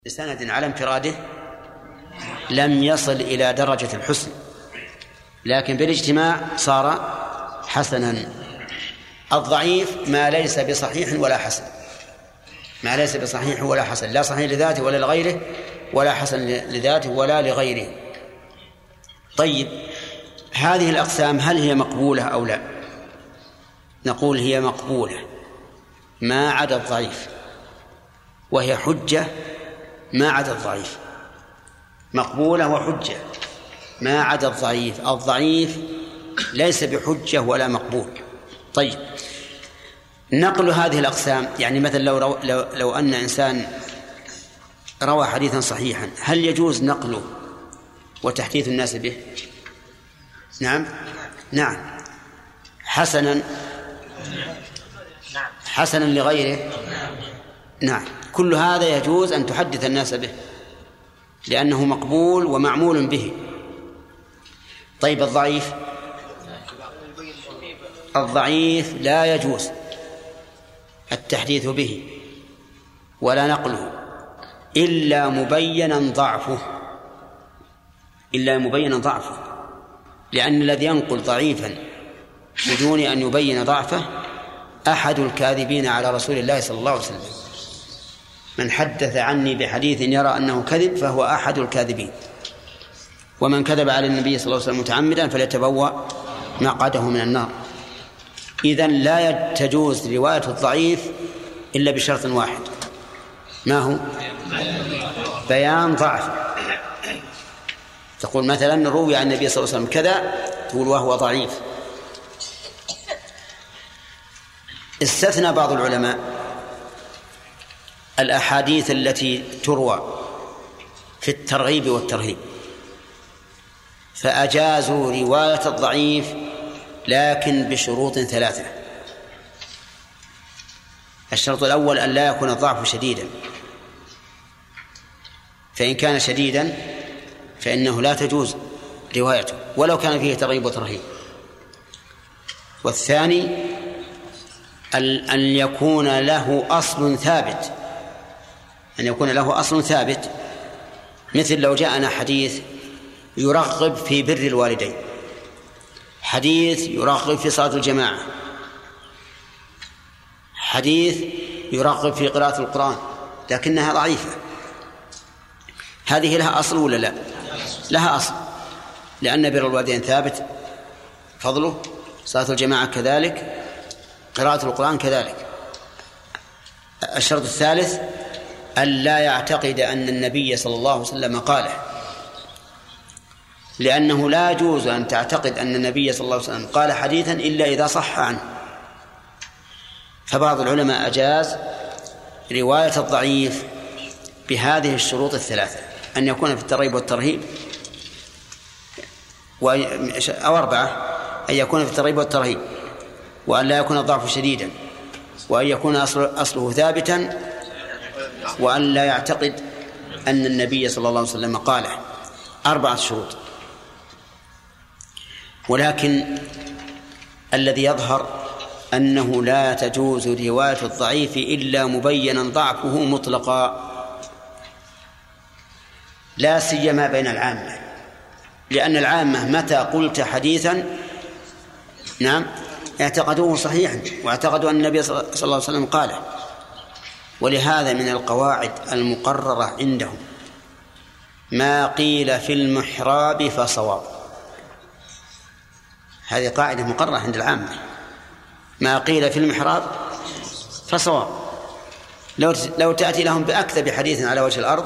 بسند على انفراده لم يصل إلى درجة الحسن، لكن بالاجتماع صار حسنا. الضعيف ما ليس بصحيح ولا حسن، ما ليس بصحيح ولا حسن، لا صحيح لذاته ولا لغيره، ولا حسن لذاته ولا لغيره. طيب، هذه الأقسام هل هي مقبولة أو لا؟ نقول هي مقبولة ما عدا الضعيف، وهي حجة ما عدا الضعيف، مقبولة وحجة ما عدا الضعيف. الضعيف ليس بحجة ولا مقبول. طيب، نقل هذه الأقسام، يعني مثلا لو أن إنسان روى حديثا صحيحا، هل يجوز نقله وتحديث الناس به؟ نعم. حسنا لغيره، نعم. كل هذا يجوز أن تحدث الناس به لأنه مقبول ومعمول به. طيب، الضعيف لا يجوز التحديث به ولا نقله إلا مبينا ضعفه، لأن الذي ينقل ضعيفا بدون أن يبين ضعفه أحد الكاذبين على رسول الله صلى الله عليه وسلم. من حدث عني بحديث يرى أنه كذب فهو أحد الكاذبين، ومن كذب على النبي صلى الله عليه وسلم متعمدا فليتبوأ مقعده من النار. إذن لا تجوز رواية الضعيف إلا بشرط واحد، ما هو؟ بيان ضعف. تقول مثلا روي عن النبي صلى الله عليه وسلم كذا، تقول وهو ضعيف. استثنى بعض العلماء الأحاديث التي تروى في الترغيب والترهيب، فأجازوا رواية الضعيف لكن بشروط 3. الشرط الأول أن لا يكون الضعف شديدا، فإن كان شديدا فإنه لا تجوز روايته ولو كان فيه ترغيب وترهيب. والثاني أن يكون له أصل ثابت، مثل لو جاءنا حديث يرغب في بر الوالدين، حديث يرغب في صلاة الجماعة، حديث يرغب في قراءة القرآن، لكنها ضعيفة، هذه لها أصل ولا لا؟ لها أصل، لأن بر الوالدين ثابت فضله، صلاة الجماعة كذلك، قراءة القرآن كذلك. الشرط الثالث أن لا يعتقد أن النبي صلى الله عليه وسلم قاله، لأنه لا يجوز أن تعتقد أن النبي صلى الله عليه وسلم قال حديثا إلا إذا صح عنه. فبعض العلماء أجاز رواية الضعيف بهذه الشروط 3، أن يكون في الترغيب والترهيب، أو 4، أن يكون في الترغيب والترهيب، وأن لا يكون الضعف شديدا، وأن يكون أصله ثابتا، وأن لا يعتقد أن النبي صلى الله عليه وسلم قاله. 4 شروط. ولكن الذي يظهر أنه لا تجوز رواية الضعيف إلا مبينا ضعفه مطلقا، لا سيما بين العامة، لأن العامة متى قلت حديثا اعتقدوه صحيحا واعتقدوا أن النبي صلى الله عليه وسلم قاله. ولهذا من القواعد المقررة عندهم ما قيل في المحراب فصواب. هذه قاعدة مقررة عند العامة، ما قيل في المحراب فصواب. لو تأتي لهم بأكذب حديث على وجه الأرض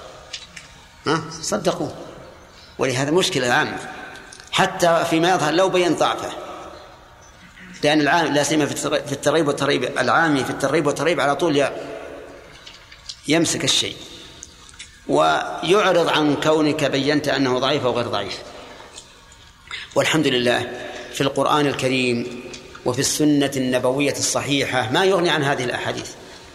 صدقوه. ولهذا مشكلة العامة حتى فيما يظهر لو بين ضعفه، لأن العام لا سيما في الترغيب والترهيب، العامي في الترغيب والترهيب على طول يمسك الشيء ويعرض عن كونك بينت أنه ضعيف أو غير ضعيف. والحمد لله في القرآن الكريم وفي السنة النبوية الصحيحة ما يغني عن هذه الأحاديث،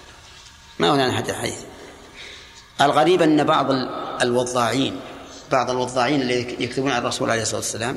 الغريب أن بعض الوضاعين اللي يكتبون عن الرسول عليه الصلاة والسلام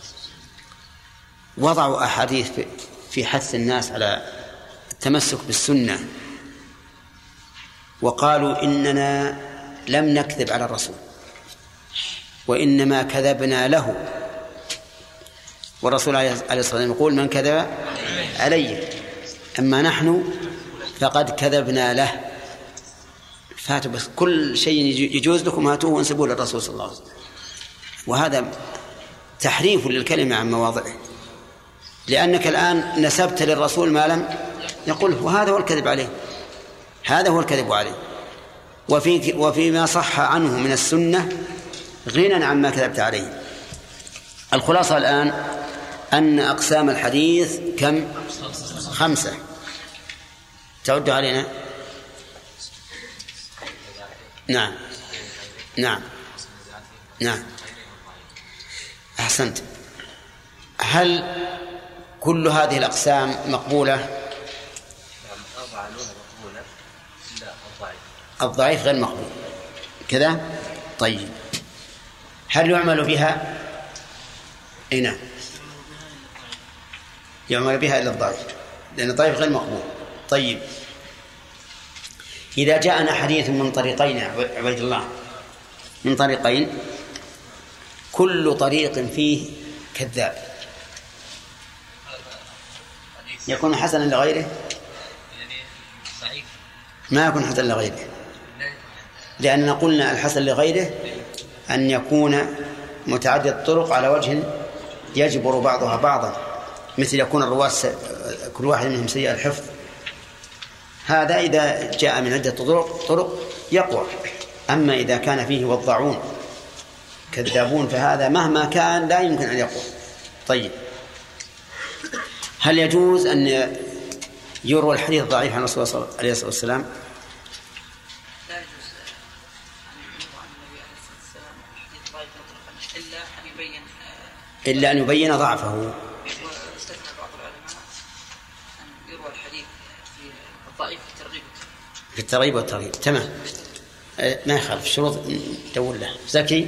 وضعوا أحاديث في حث الناس على التمسك بالسنة، وقالوا إننا لم نكذب على الرسول، وإنما كذبنا له. والرسول عليه الصلاة والسلام يقول: من كذب علي، أما نحن فقد كذبنا له. فاتوا بس كل شيء يجوز لكم هاتوه وانسبوه للرسول صلى الله عليه وسلم. وهذا تحريف للكلمة عن مواضعه، لأنك الآن نسبت للرسول ما لم يقوله، وهذا هو الكذب عليه، هذا هو الكذب عليه. وفيما صح عنه من السنة غنى عما كذبت عليه. الخلاصة الآن أن أقسام الحديث كم؟ 5. تعد علينا؟ نعم نعم نعم، أحسنت. هل كل هذه الأقسام مقبولة؟ الضعيف غير مقبول كذا. طيب، هل يعمل بها؟ نعم، يعمل بها إلا الضعيف، لأن الضعيف غير مقبول. طيب، إذا جاءنا حديث من طريقين عبيد الله، من طريقين كل طريق فيه كذاب، يكون حسنا لغيره؟ ما يكون حسنا لغيره، لأننا قلنا الحسن لغيره أن يكون متعدد الطرق على وجه يجبر بعضها بعضا، مثل يكون الرواة كل واحد منهم سيء الحفظ، هذا إذا جاء من عدة طرق يقوى. أما إذا كان فيه وضعون كذابون فهذا مهما كان لا يمكن أن يقوى. طيب، هل يجوز أن يروى الحديث الضعيف عن الرسول عليه الصلاة والسلام؟ لا يجوز أن يروى عن النبي عليه الصلاة والسلام الحديث الضعيف مطلقا إلا أن يبين ضعفه. واستثنى بعض العلماء أن يروى الحديث في الضعيف في الترغيب والترهيب. تمام، ما يخالف شروط دول له. زكي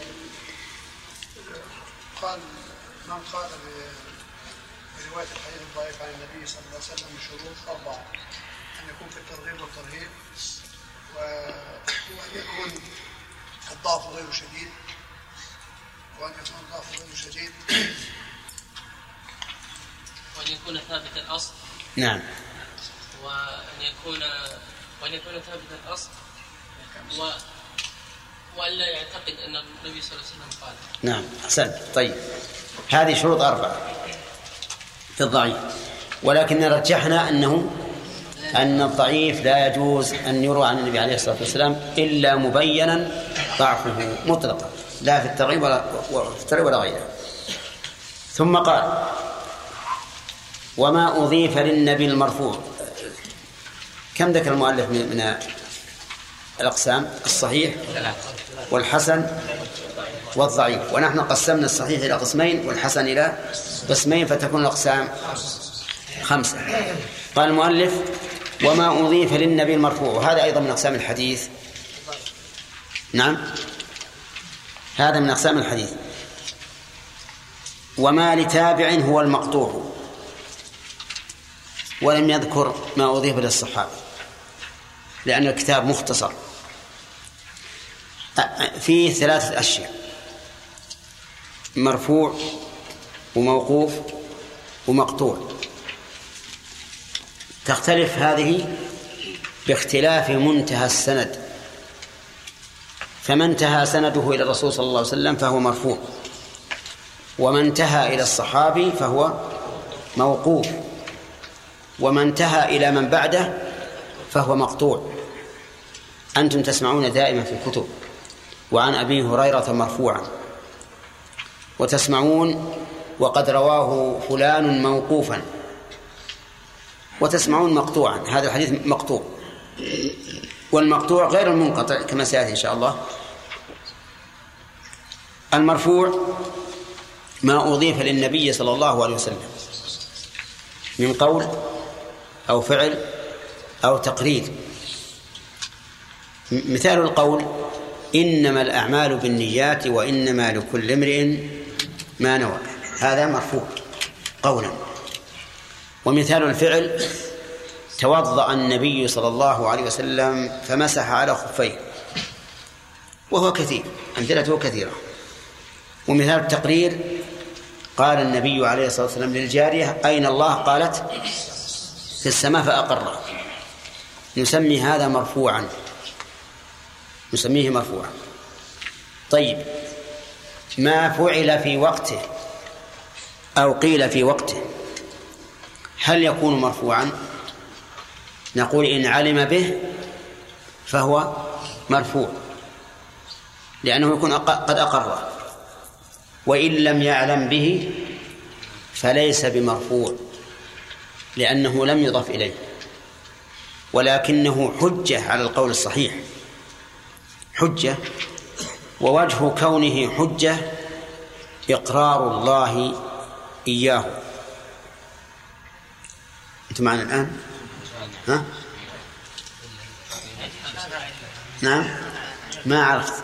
قال من قال برواية الحديث الضعيف عن النبي صلى الله عليه وسلم شروط 4: أن يكون في الترغيب والترهيب، وأن يكون الضعف غير شديد، وأن يكون ثابت الأصل. نعم. وأن يكون ثابت الأصل، وألا يعتقد أن النبي صلى الله عليه وسلم قال. نعم، أحسنت. طيب، هذه شروط 4 في الضعيف، ولكن رجحنا أن الضعيف لا يجوز أن يروى عن النبي عليه الصلاة والسلام إلا مبينا ضعفه مطلقا، لا في الترغيب ولا غيره. ثم قال: وما أضيف للنبي المرفوع. كم ذكر المؤلف من الأقسام؟ الصحيح والحسن والضعيف، ونحن قسمنا الصحيح إلى قسمين والحسن إلى قسمين، فتكون الأقسام 5. قال المؤلف: وما أضيف للنبي المرفوع، وهذا أيضا من أقسام الحديث. نعم، هذا من أقسام الحديث. وما لتابع هو المقطوع، ولم يذكر ما أضيف للصحابة لأن الكتاب مختصر. فيه 3 أشياء: مرفوع وموقوف ومقطوع. تختلف هذه باختلاف منتهى السند، فمن انتهى سنده إلى الرسول صلى الله عليه وسلم فهو مرفوع، ومن انتهى إلى الصحابي فهو موقوف، ومن انتهى إلى من بعده فهو مقطوع. أنتم تسمعون دائما في الكتب وعن أبي هريرة مرفوعا، وتسمعون وقد رواه فلان موقوفا، وتسمعون مقطوعا. هذا الحديث مقطوع، والمقطوع غير المنقطع كما سيأتي إن شاء الله. المرفوع ما أضيف للنبي صلى الله عليه وسلم من قول أو فعل أو تقرير. مثال القول: إنما الأعمال بالنيات وإنما لكل امرئ ما نوى، هذا مرفوع قولا. ومثال الفعل: توضأ النبي صلى الله عليه وسلم فمسح على خفيه، وهو كثير، أمثلته كثيرة. ومثال التقرير قال النبي عليه الصلاة والسلام للجارية أين الله؟ قالت في السماء فأقره. نسمي هذا مرفوعا، نسميه مرفوعا. طيب، ما فعل في وقته أو قيل في وقته هل يكون مرفوعا؟ نقول إن علم به فهو مرفوع لأنه يكون قد أقره، وإن لم يعلم به فليس بمرفوع لأنه لم يضف إليه، ولكنه حجة على القول الصحيح، حجة. ووجه كونه حجة إقرار الله إياه. أنتم معنا الآن؟ ها؟ نعم، ما عرفت.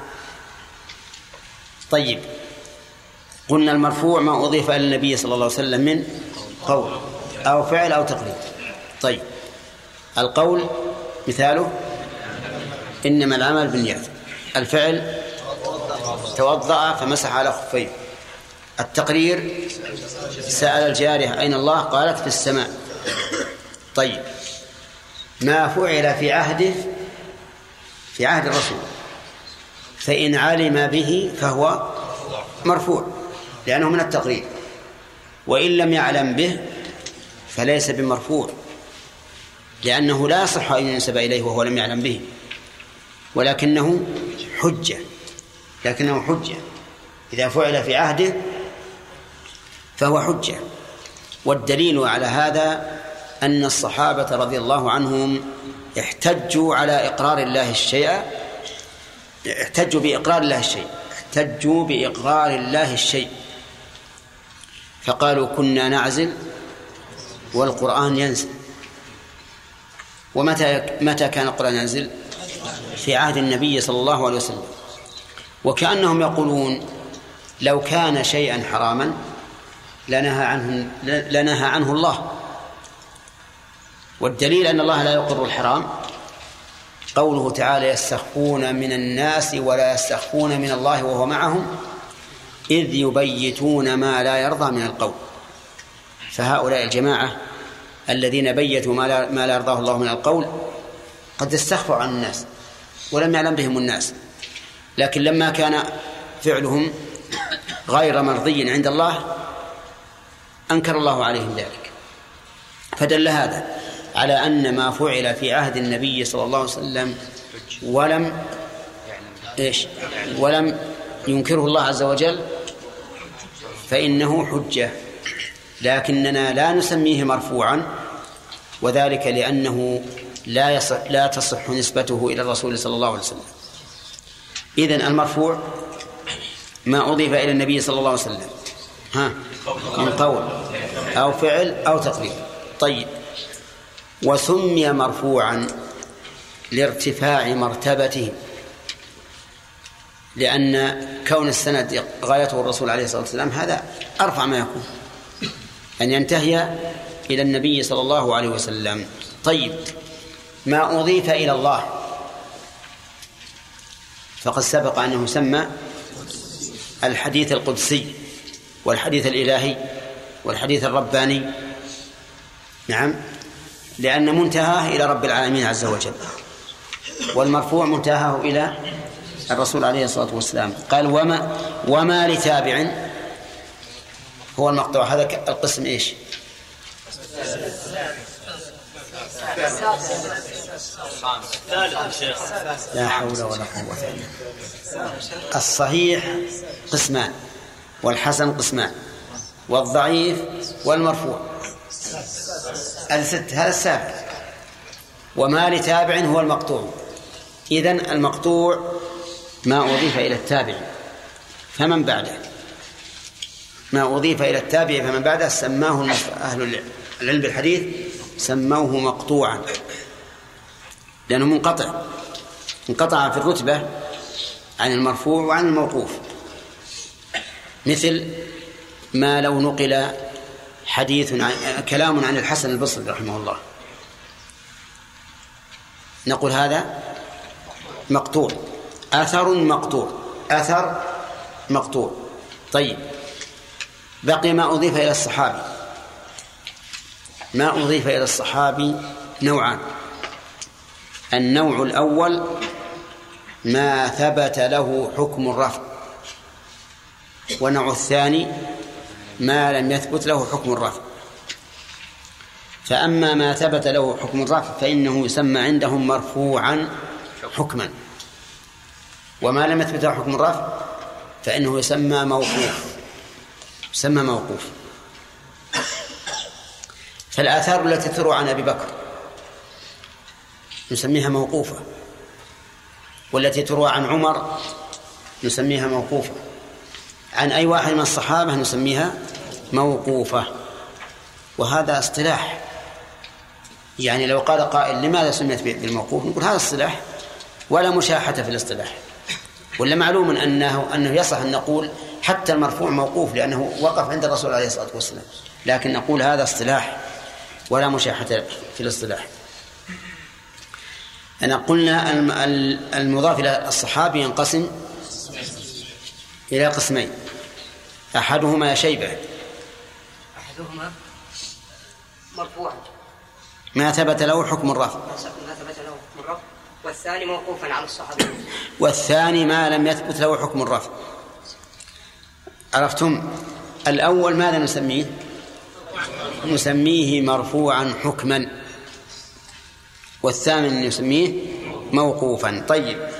طيب، قلنا المرفوع ما أضيف إلى النبي صلى الله عليه وسلم من قول أو فعل أو تقرير. طيب، القول مثاله إنما العمل بالنيات. الفعل توضأ فمسح على خفيه. التقرير سأل الجارية أين الله؟ قالت في السماء. طيب، ما فعل في عهده في عهد الرسول فإن علم به فهو مرفوع لأنه من التقرير، وإن لم يعلم به فليس بمرفوع لأنه لا يصح أن ينسب إليه وهو لم يعلم به، ولكنه حجة، لكنه حجة إذا فعل في عهده فهو حجة. والدليل على هذا أن الصحابة رضي الله عنهم احتجوا على إقرار الله الشيء، احتجوا بإقرار الله الشيء، فقالوا كنا نعزل والقرآن ينزل. ومتى كان القرآن ينزل؟ في عهد النبي صلى الله عليه وسلم. وكأنهم يقولون لو كان شيئا حراما لنهى عنه الله. والدليل أن الله لا يقر الحرام قوله تعالى يستخفون من الناس ولا يستخفون من الله وهو معهم إذ يبيتون ما لا يرضى من القول. فهؤلاء الجماعة الذين بيتوا ما لا يرضاه الله من القول قد استخفوا عن الناس ولم يعلم بهم الناس، لكن لما كان فعلهم غير مرضي عند الله أنكر الله عليهم ذلك. فدل هذا على أن ما فعل في عهد النبي صلى الله عليه وسلم ولم ينكره الله عز وجل فإنه حجة، لكننا لا نسميه مرفوعا، وذلك لأنه لا تصح نسبته إلى الرسول صلى الله عليه وسلم. إذن المرفوع ما أضيف إلى النبي صلى الله عليه وسلم من قول أو فعل أو تقرير. طيب، وسمي مرفوعا لارتفاع مرتبته، لأن كون السند غايته الرسول عليه الصلاة والسلام هذا أرفع ما يكون، أن ينتهي إلى النبي صلى الله عليه وسلم. طيب، ما أضيف إلى الله فقد سبق أنه سمى الحديث القدسي والحديث الإلهي والحديث الرباني، نعم، لأن منتهاه إلى رب العالمين عز وجل، والمرفوع منتهاه إلى الرسول عليه الصلاة والسلام. قال وما لتابع هو المقطوع. هذا القسم إيش؟ لا حول ولا قوة إلا بالله. الصحيح قسمان، والحسن قسمان، والضعيف والمرفوع. هذا السابق. وما لتابع هو المقطوع. إذن المقطوع ما أضيف إلى التابع فمن بعده، ما أضيف إلى التابع فمن بعده سماه أهل العلم بالحديث سموه مقطوعا، لأنه انقطع في الرتبة عن المرفوع وعن الموقوف. مثل ما لو نقل كلام عن الحسن البصري رحمه الله نقول هذا مقطوع، أثر مقطوع، أثر مقطوع. طيب، بقي ما أضيف إلى الصحابي. ما أضيف إلى الصحابي نوعان. النوع الأول ما ثبت له حكم الرفع، والنوع الثاني ما لم يثبت له حكم الرفع. فأما ما ثبت له حكم الرفع فإنه يسمى عندهم مرفوعا حكما، وما لم يثبت له حكم الرفع فإنه يسمى موقوف. يسمى موقوف. فالآثار التي تروى عن أبي بكر نسميها موقوفة، والتي تروى عن عمر نسميها موقوفة، عن أي واحد من الصحابة نسميها موقوفة. وهذا اصطلاح، يعني لو قال قائل لماذا سميت بالموقوف نقول هذا اصطلاح ولا مشاحة في الاصطلاح. ولا معلوم أنه يصح أن نقول حتى المرفوع موقوف لأنه وقف عند الرسول عليه الصلاة والسلام، لكن نقول هذا اصطلاح ولا مشاحة في الاصطلاح. أنا قلنا المضاف إلى الصحابي ينقسم إلى قسمين. أحدهما يا شيبة، أحدهما مرفوعا ما ثبت له حكم الرفع، والثاني موقوفا على الصحابي، والثاني ما لم يثبت له حكم الرفع. عرفتم؟ الأول ماذا نسميه؟ نسميه مرفوعا حكما، والثامن نسميه موقوفا. طيب،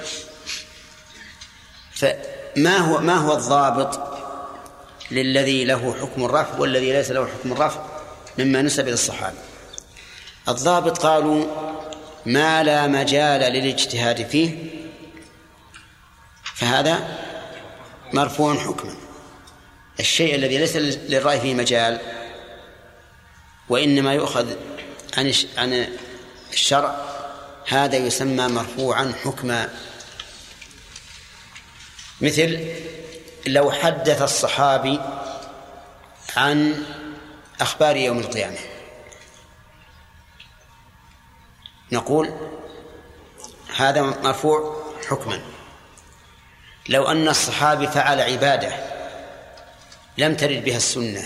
فما هو الضابط للذي له حكم الرفع والذي ليس له حكم الرفع مما نسب إلى الصحابة؟ الضابط قالوا ما لا مجال للاجتهاد فيه فهذا مرفوع حكما. الشيء الذي ليس للرأي فيه مجال وإنما يؤخذ عن الشرع هذا يسمى مرفوعا حكما. مثل لو حدث الصحابي عن أخبار يوم القيامة نقول هذا مرفوع حكما. لو أن الصحابي فعل عبادة لم ترد بها السنة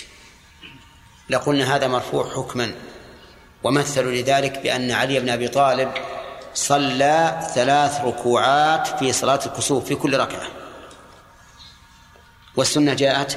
لقلنا هذا مرفوع حكما. ومثلوا لذلك بأن علي بن أبي طالب صلى 3 ركوعات في صلاة الكسوف في كل ركعة، والسنة جاءت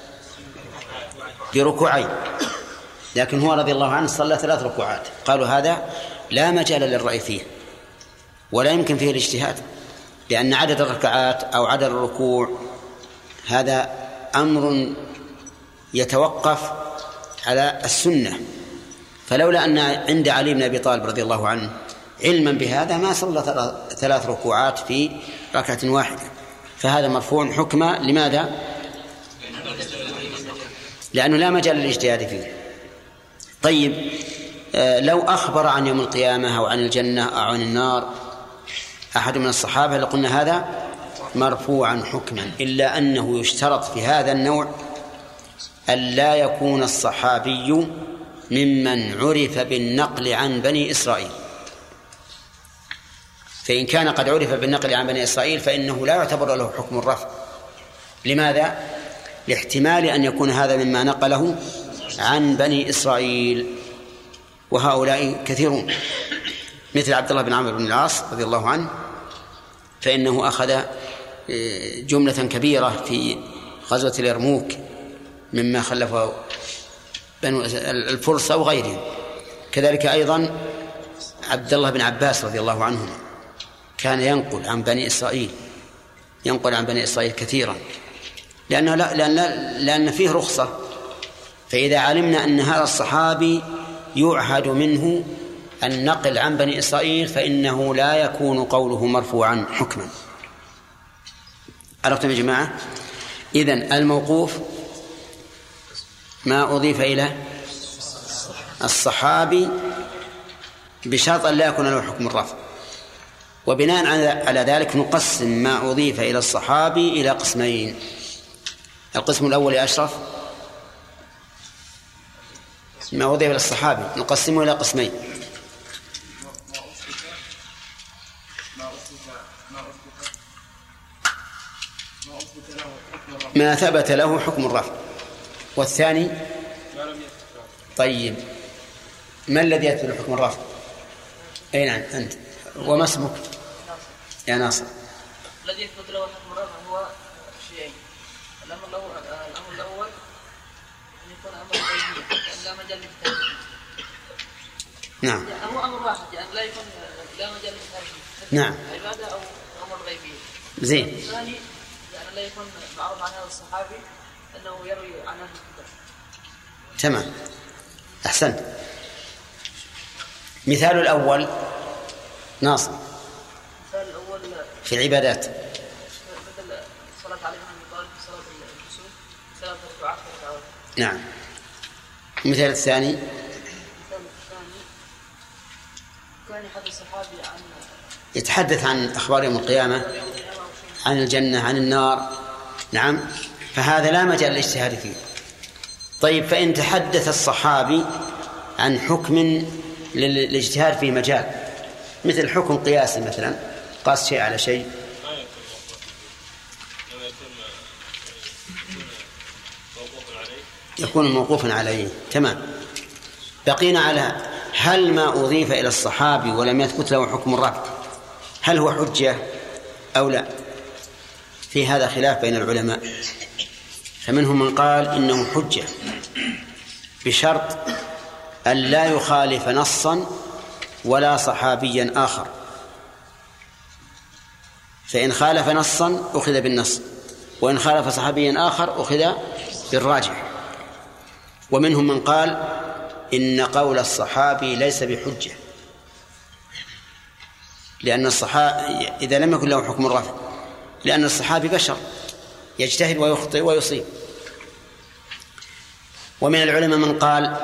بركوعين، لكن هو رضي الله عنه صلى 3 ركوعات. قالوا هذا لا مجال للرأي فيه ولا يمكن فيه الاجتهاد، لأن عدد الركعات أو عدد الركوع هذا أمر يتوقف على السنة. فلولا أن عند علي بن أبي طالب رضي الله عنه علما بهذا ما صلى 3 ركوعات في ركعة واحدة. فهذا مرفوع حكما. لماذا؟ لأنه لا مجال للاجتهاد فيه. طيب، لو أخبر عن يوم القيامة أو عن الجنة أو عن النار أحد من الصحابة لقلنا هذا مرفوعا حكما، إلا أنه يشترط في هذا النوع أن لا يكون الصحابي ممن عرف بالنقل عن بني إسرائيل. فإن كان قد عرف بالنقل عن بني إسرائيل فإنه لا يعتبر له حكم الرفع. لماذا؟ لاحتمال أن يكون هذا مما نقله عن بني إسرائيل، وهؤلاء كثيرون، مثل عبد الله بن عمرو بن العاص رضي الله عنه، فإنه أخذ جملة كبيرة في غزوة اليرموك مما خلفه بنو الفرس أو غيرهم. كذلك أيضا عبد الله بن عباس رضي الله عنهما كان ينقل عن بني إسرائيل، ينقل عن بني إسرائيل كثيرا، لأن فيه رخصة. فإذا علمنا أن هذا الصحابي يعهد منه النقل عن بني إسرائيل فإنه لا يكون قوله مرفوعا حكما. عرفتم يا جماعة؟ إذن الموقوف ما أضيف إلى الصحابي بشرط أن لا يكون له حكم الرفع. وبناء على ذلك نقسم ما أضيف إلى الصحابي إلى قسمين. القسم الأول يا أشرف ما أضيف إلى الصحابي نقسمه إلى قسمين. ما ثبت له حكم الرفع. والثاني طيب، ما الذي يثبت له حكم الرفع؟ أي نعم أنت. وما اسمك يا ناصر؟ الذي يثبت له حكم الرفع هو شيئين. الأمر الأول أن يكون أمر غيبي لا مجال للتأكيد. نعم. هو أمر واحد يعني لا يكون لا مجال للتأكيد. نعم. عبادة أو أمر غيبي. زين. الثاني يعني لا يكون معروف عن هذا الصحابي أنه يروي عن أهل الكتاب. تمام، أحسنت. مثال الأول ناصر. مثال الأول في العبادات مثل صلاة علي بن أبي طالب في صلاة الكسوف 3 ركعات. نعم. المثال الثاني كان يحدث الصحابي عن يتحدث عن أخبار يوم القيامة، عن الجنة، عن النار. نعم، فهذا لا مجال للاجتهاد فيه. طيب، فإن تحدث الصحابي عن حكم للاجتهاد في مجال، مثل حكم قياسي مثلا، قاس شيء على شيء، يكون موقوفا عليه. تمام. بقينا على هل ما أضيف إلى الصحابي ولم يثبت له حكم الرفع هل هو حجة أو لا؟ في هذا خلاف بين العلماء، فمنهم من قال إنه حجة بشرط أن لا يخالف نصا ولا صحابيا آخر، فإن خالف نصا أخذ بالنص، وإن خالف صحابيا آخر أخذ بالراجح. ومنهم من قال إن قول الصحابي ليس بحجة، لأن الصحابي إذا لم يكن له حكم الرفع، لأن الصحابي بشر يجتهد ويخطئ ويصيب. ومن العلماء من قال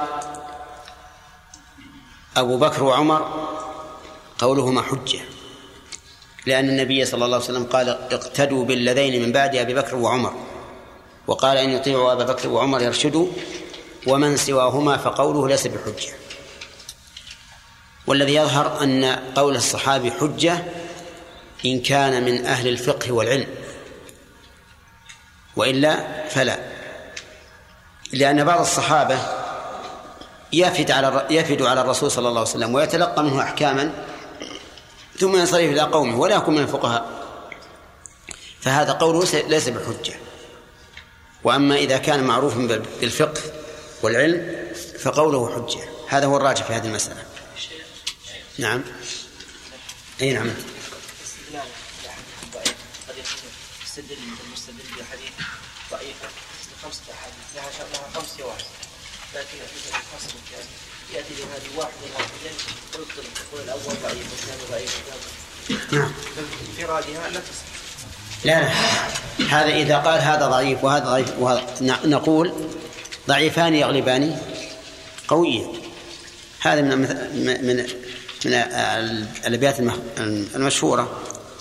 أبو بكر وعمر قولهما حجة، لأن النبي صلى الله عليه وسلم قال اقتدوا بالذين من بعد أبي بكر وعمر، وقال إن يطيعوا أبا بكر وعمر يرشدوا، ومن سواهما فقوله ليس بحجة. والذي يظهر أن قول الصحابي حجة إن كان من أهل الفقه والعلم، وإلا فلا، لأن بعض الصحابة يفد على الرسول صلى الله عليه وسلم ويتلقى منه أحكاما ثم ينصرف إلى قومه ولا يكون من الفقهاء، فهذا قوله ليس بحجة. وأما إذا كان معروفا بالفقه والعلم فقوله حجة. هذا هو الراجح في هذه المسألة. نعم. أي نعم. قد يستدل المستدل بحديث ضعيفة 5 أحاديث لها 5 شواهد، لكن الفصل يأتي بهذه واحدة ويقول الأول ضعيف والثاني ضعيف. نعم. انفرادها لا تصح. لا هذا إذا قال هذا ضعيف وهذا ضعيف نقول ضعيفان يغلبان قوية. هذا من الأبيات المشهورة: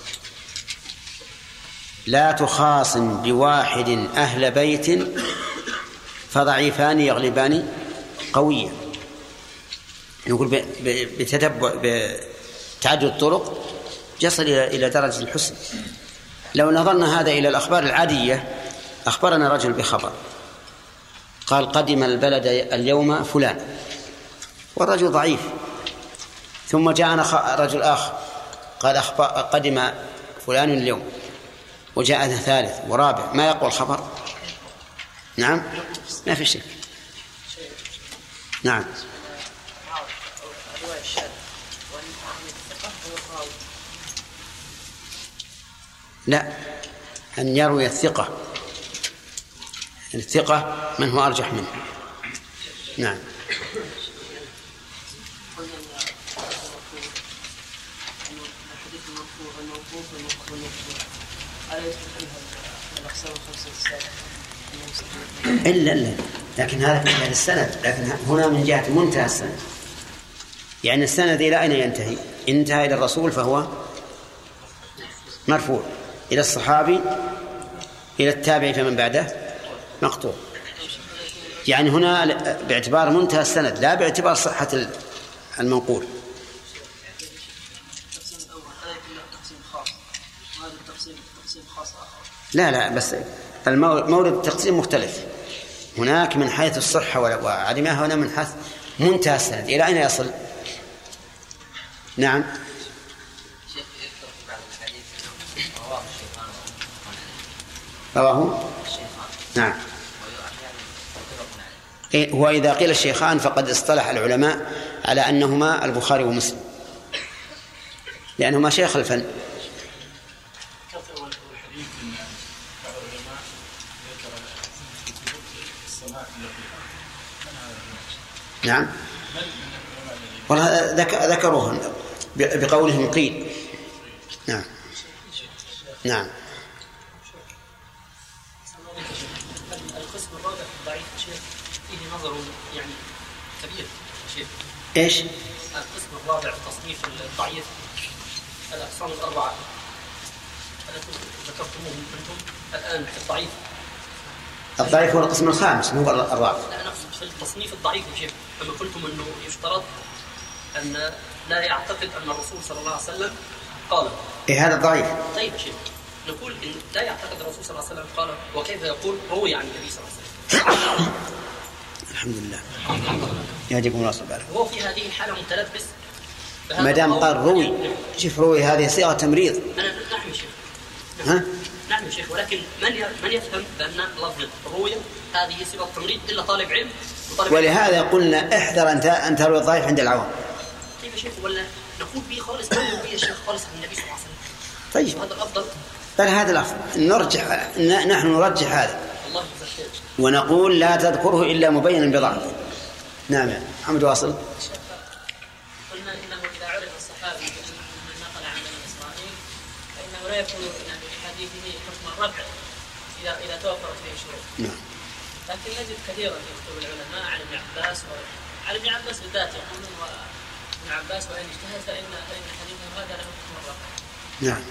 لا تخاصم بواحد أهل بيت فضعيفان يغلبان قوية. نقول بتعدد الطرق يصل إلى درجة الحسن. لو نظرنا هذا إلى الأخبار العادية، أخبرنا رجل بخبر قال قدم البلد اليوم فلان، والرجل ضعيف، ثم جاءنا رجل آخر قال قدم فلان اليوم، وجاءنا ثالث ورابع، ما يقوى الخبر؟ نعم، ما في شك. نعم. لا، أن يروي الثقة من هو أرجح منه. نعم. إلا لكن هذا من جهة السند، لكن هنا من جهة منتهى السند، يعني السند إلى أين ينتهي؟ انتهى إلى الرسول فهو مرفوع، إلى الصحابي، إلى التابع فمن بعده مقطوع. يعني هنا باعتبار منتهى السند لا باعتبار صحة المنقول. تقسيم خاص آخر. لا بس مورد التقسيم مختلف. هناك من حيث الصحة وعدمها، هنا من حيث منتهى السند إلى أين يصل. نعم. شيخ يذكر في بعض الحديث رواه الشيخان رواه نعم. وإذا قيل الشيخان فقد اصطلح العلماء على أنهما البخاري ومسلم، لأنهما شيخ الفن. نعم، والله ذكروه بقولهم قيل. نعم نعم. القسم الرابع ضعيف شيخ فيه نظر يعني كبير شيخ. ايش؟ القسم الرابع في تصنيف الضعيف الأقسام الأربعة التي ذكرتموهم أنتم الآن في الضعيف. الضعيف هو القسم الخامس مو الرابع. لا، أنا أقصد في التصنيف الضعيف يا شيخ، لما قلتم أنه يشترط أن لا يعتقد أن الرسول صلى الله عليه وسلم قال. إيه هذا الضعيف. طيب يا شيخ، نقول إن لا يعتقد الرسول صلى الله عليه وسلم قال، وكيف يقول روي عن النبي صلى الله عليه وسلم. الحمد لله يهديكم الله سبحانه. وهو في هذه الحالة متلبس. ما دام قال روي، شوف روي هذه صيغة تمريض. نعم يا شيخ. ها؟ نعم يا شيخ، ولكن من يفهم بأن لفظ روي هذه صيغة تمريض إلا طالب علم. ولهذا قلنا احذر أن تروي الضعيف عند العوام. طيب يا شيخ، ولا نقول به خالص، ما نقول به يا شيخ خالص عن النبي صلى الله عليه وسلم. طيب هذا الأفضل. بل هذا الأفضل، نحن نرجح هذا. الله يجزاك خير. ونقول لا تذكره إلا مبينا بضعفه. نعم يا محمد واصل. قلنا إنه إذا عرف الصحابي من نقل عن بني إسرائيل فإنه لا يكون يعني حديثه حكم الرفع إذا توفرت فيه شروط. نعم. لكن نجد كثيرا في كتب العلماء عن ابن عباس عن ابن عباس بالذات يقولون ابن عباس وإن اجتهد فإن حديثه هذا له حكم الرفع. نعم.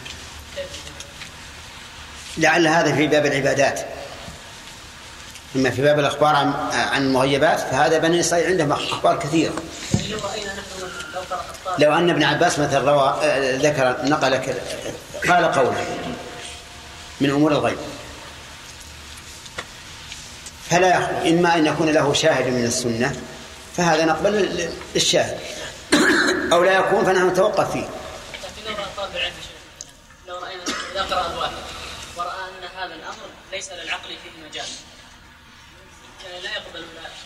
لعل هذا في باب العبادات، أما في باب الأخبار عن المغيبات فهذا بني إسرائيل عندهم أخبار كثيرة. لو أن ابن عباس مثلا روى ذكر نقل قال قولا من أمور الغيب فلا يخلو إما أن يكون له شاهد من السنة فهذا نقبل الشاهد، أو لا يكون فنحن نتوقف فيه. لكن لو طالب العلم لو رأينا إذا قرأ الواحد ورأى أن هذا الأمر ليس للعقل فيه مجال يعني لا يقبل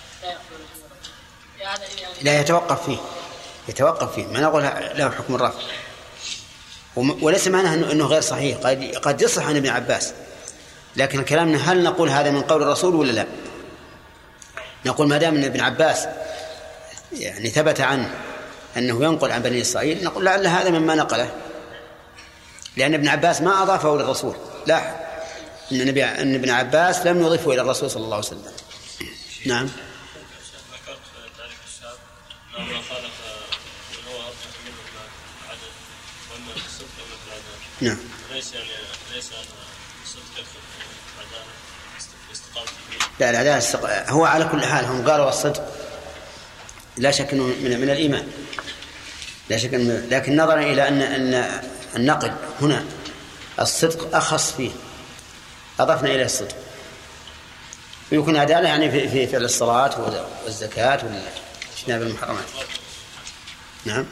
لا يتوقف فيه ما نقول له حكم الرفع، وليس معناه أنه غير صحيح، قد يصح عن ابن عباس، لكن كلامنا هل نقول هذا من قول الرسول ولا لا؟ نقول ما دام ان ابن عباس يعني ثبت عنه أنه ينقل عن بني إسرائيل نقول لعل هذا مما نقله، لأن ابن عباس ما أضافه للرسول. لا، أن ابن عباس لم يضيفه إلى الرسول صلى الله عليه وسلم. نعم. ذكرت ذلك الشاب لما خالف هو أرجح منه العدد وأن الصدق مثل العدالة. نعم. ليس الصدق يدخل في العدالة استقامة فيه. لا، العدالة هو على كل حال هم قالوا الصدق لا شك أنه من الإيمان، لا شك لكن نظرا إلى أن النقل هنا الصدق أخص فيه أضفنا إليه الصدق، ويكون عدالة يعني في فعل الصلاة والزكاة واجتناب المحرمات. نعم.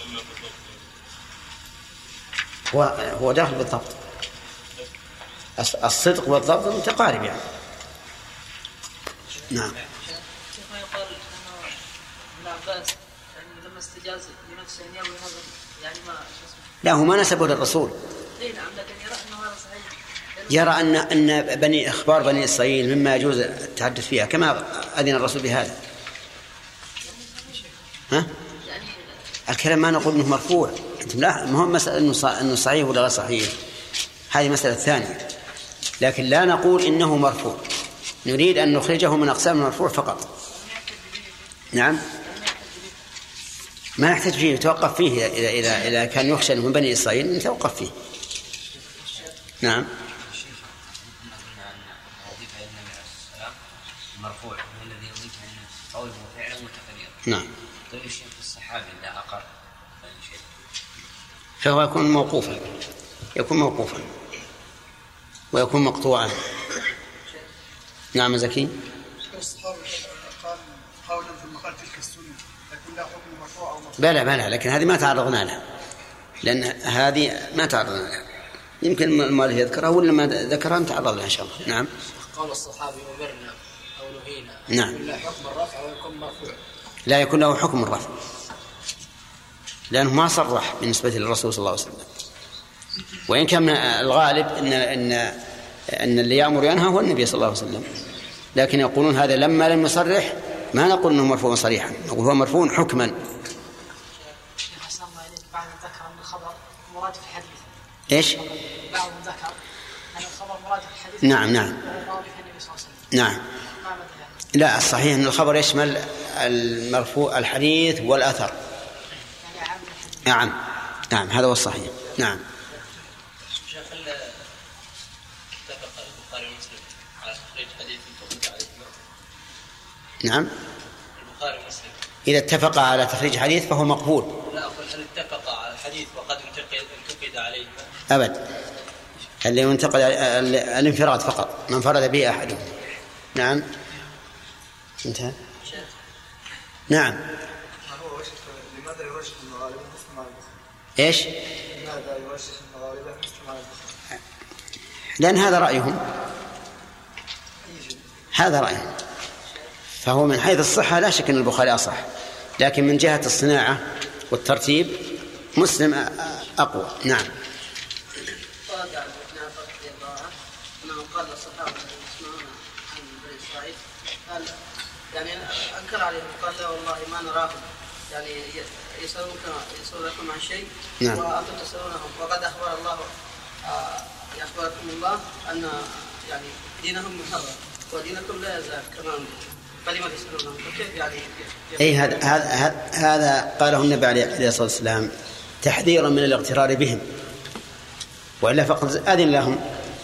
هو داخل بالضبط، الصدق والضبط متقارب يعني. نعم. ما يقال أنه ابن عباس يعني لما استجاز لنفسه أن يروي هذا يعني ما لا، هو ما نسبه للرسول. نعم، لكن يرى أنه هذا صحيح. يرى أن أخبار بني إسرائيل مما يجوز التحدث فيها كما أذن الرسول بهذا. ها؟ الكلام ما نقول أنه مرفوع، لا، مهم مسألة أنه صحيح ولا غير صحيح، هذه مسألة ثانية، لكن لا نقول إنه مرفوع، نريد أن نخرجه من أقسام المرفوع فقط. نعم. ما نحتاج فيه، يتوقف فيه إذا كان يخشى من بني إسرائيل نتوقف فيه. نعم. مرفوع هو الذي يضيف أنه قوله فعلا وتقريرا. نعم. طيب الشيخ الصحابي إذا أقر فهو يكون موقوفا. ويكون مقطوعا. نعم زكي. الصحابي قال قولا في المقال تلك السنة لكن لا حكم مرفوع أو مرفوع. بلى لكن هذه ما تعرضنا لها، لأن هذه ما تعرضنا لها، يمكن المؤلف يذكرها ولا ما ذكرها نتعرض لها إن شاء الله. نعم. قال الصحابي أمرنا أو نهينا. نعم. لا حكم الرفع ويكون مرفوع. لا يكون له حكم الرفع لأنه ما صرح بالنسبة للرسول صلى الله عليه وسلم، وإن كان الغالب أن اللي يأمر ينهى هو النبي صلى الله عليه وسلم، لكن يقولون هذا لما لم يصرح ما نقول أنه مرفوع صريحا، نقول هو مرفوع حكما. بعض ذكر أن الخبر مراد في الحديث. إيش؟ بعض ذكر أن الخبر مراد في الحديث. نعم. نعم. لا لا، الصحيح أن الخبر يشمل المرفوع الحديث والأثر. نعم هذا هو الصحيح. نعم. شيخ اتفق البخاري ومسلم على تخريج حديث تخرج عليهما. نعم. البخاري ومسلم إذا اتفق على تخريج حديث فهو مقبول. لا أقول هل اتفق على الحديث وقد انتقد عليهما؟ أبد، اللي ينتقد الانفراد فقط، من فرد به أحدهم. نعم. انتهى. نعم. لماذا يرشح المغاربة مسلم على البخاري؟ إيش؟ لماذا يرشح المغاربة مسلم على البخاري؟ لأن هذا رأيهم، هذا رأيهم، فهو من حيث الصحة لا شك أن البخاري أصح، لكن من جهة الصناعة والترتيب مسلم أقوى. نعم. قال ابن عباس رضي الله عنه أنه قال للصحابة يسمعون عن بني إسرائيل قال يعني أنكر عليهم قال لا والله ما نراهم يعني يسألونكم عن شيء نعم. وأنتم تسألونهم وقد أخبركم الله أن يعني دينهم من هذا ودينكم لا يزال كمان فلما تسألونهم فكيف يعني أي هذا قاله النبي عليه الصلاة والسلام تحذيرا من الاغترار بهم، وإلا فقد أذن لهم،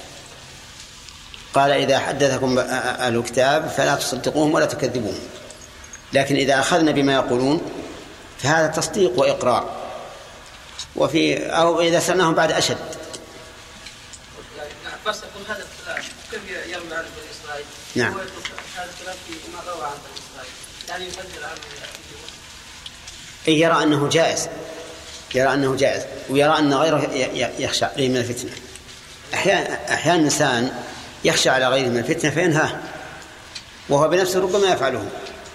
قال إذا حدثكم أهل الكتاب فلا تصدقوهم ولا تكذبوهم، لكن إذا أخذنا بما يقولون فهذا تصديق وإقرار، أو إذا سألناهم بعد أشد. بس أقول هذا الكلام كيف يرمي عن بني إسرائيل؟ نعم. هذا الكلام ما روى عن بني إسرائيل يعني يفضل عنه. يرى أنه جائز ويرى أن غيره يخشى عليه من الفتنة. أحيانا الإنسان يخشى على غيره من الفتنة فينهاه وهو بنفسه ربما يفعله.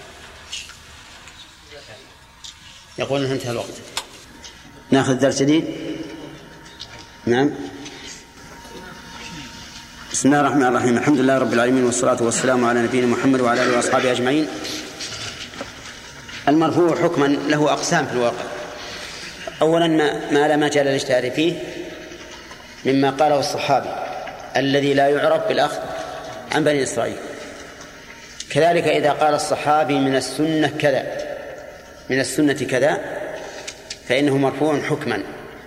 يقول أنه انتهى الوقت. نأخذ درس جديد. نعم. بسم الله الرحمن الرحيم. الحمد لله رب العالمين والصلاة والسلام على نبينا محمد وعلى آله وأصحابه أجمعين. المرفوع حكما له أقسام في الواقع. أولا ما لا مجال للاجتهاد فيه مما قاله الصحابي الذي لا يعرف بالأخذ عن بني إسرائيل. كذلك إذا قال الصحابي من السنة كذا فإنه مرفوع حكما،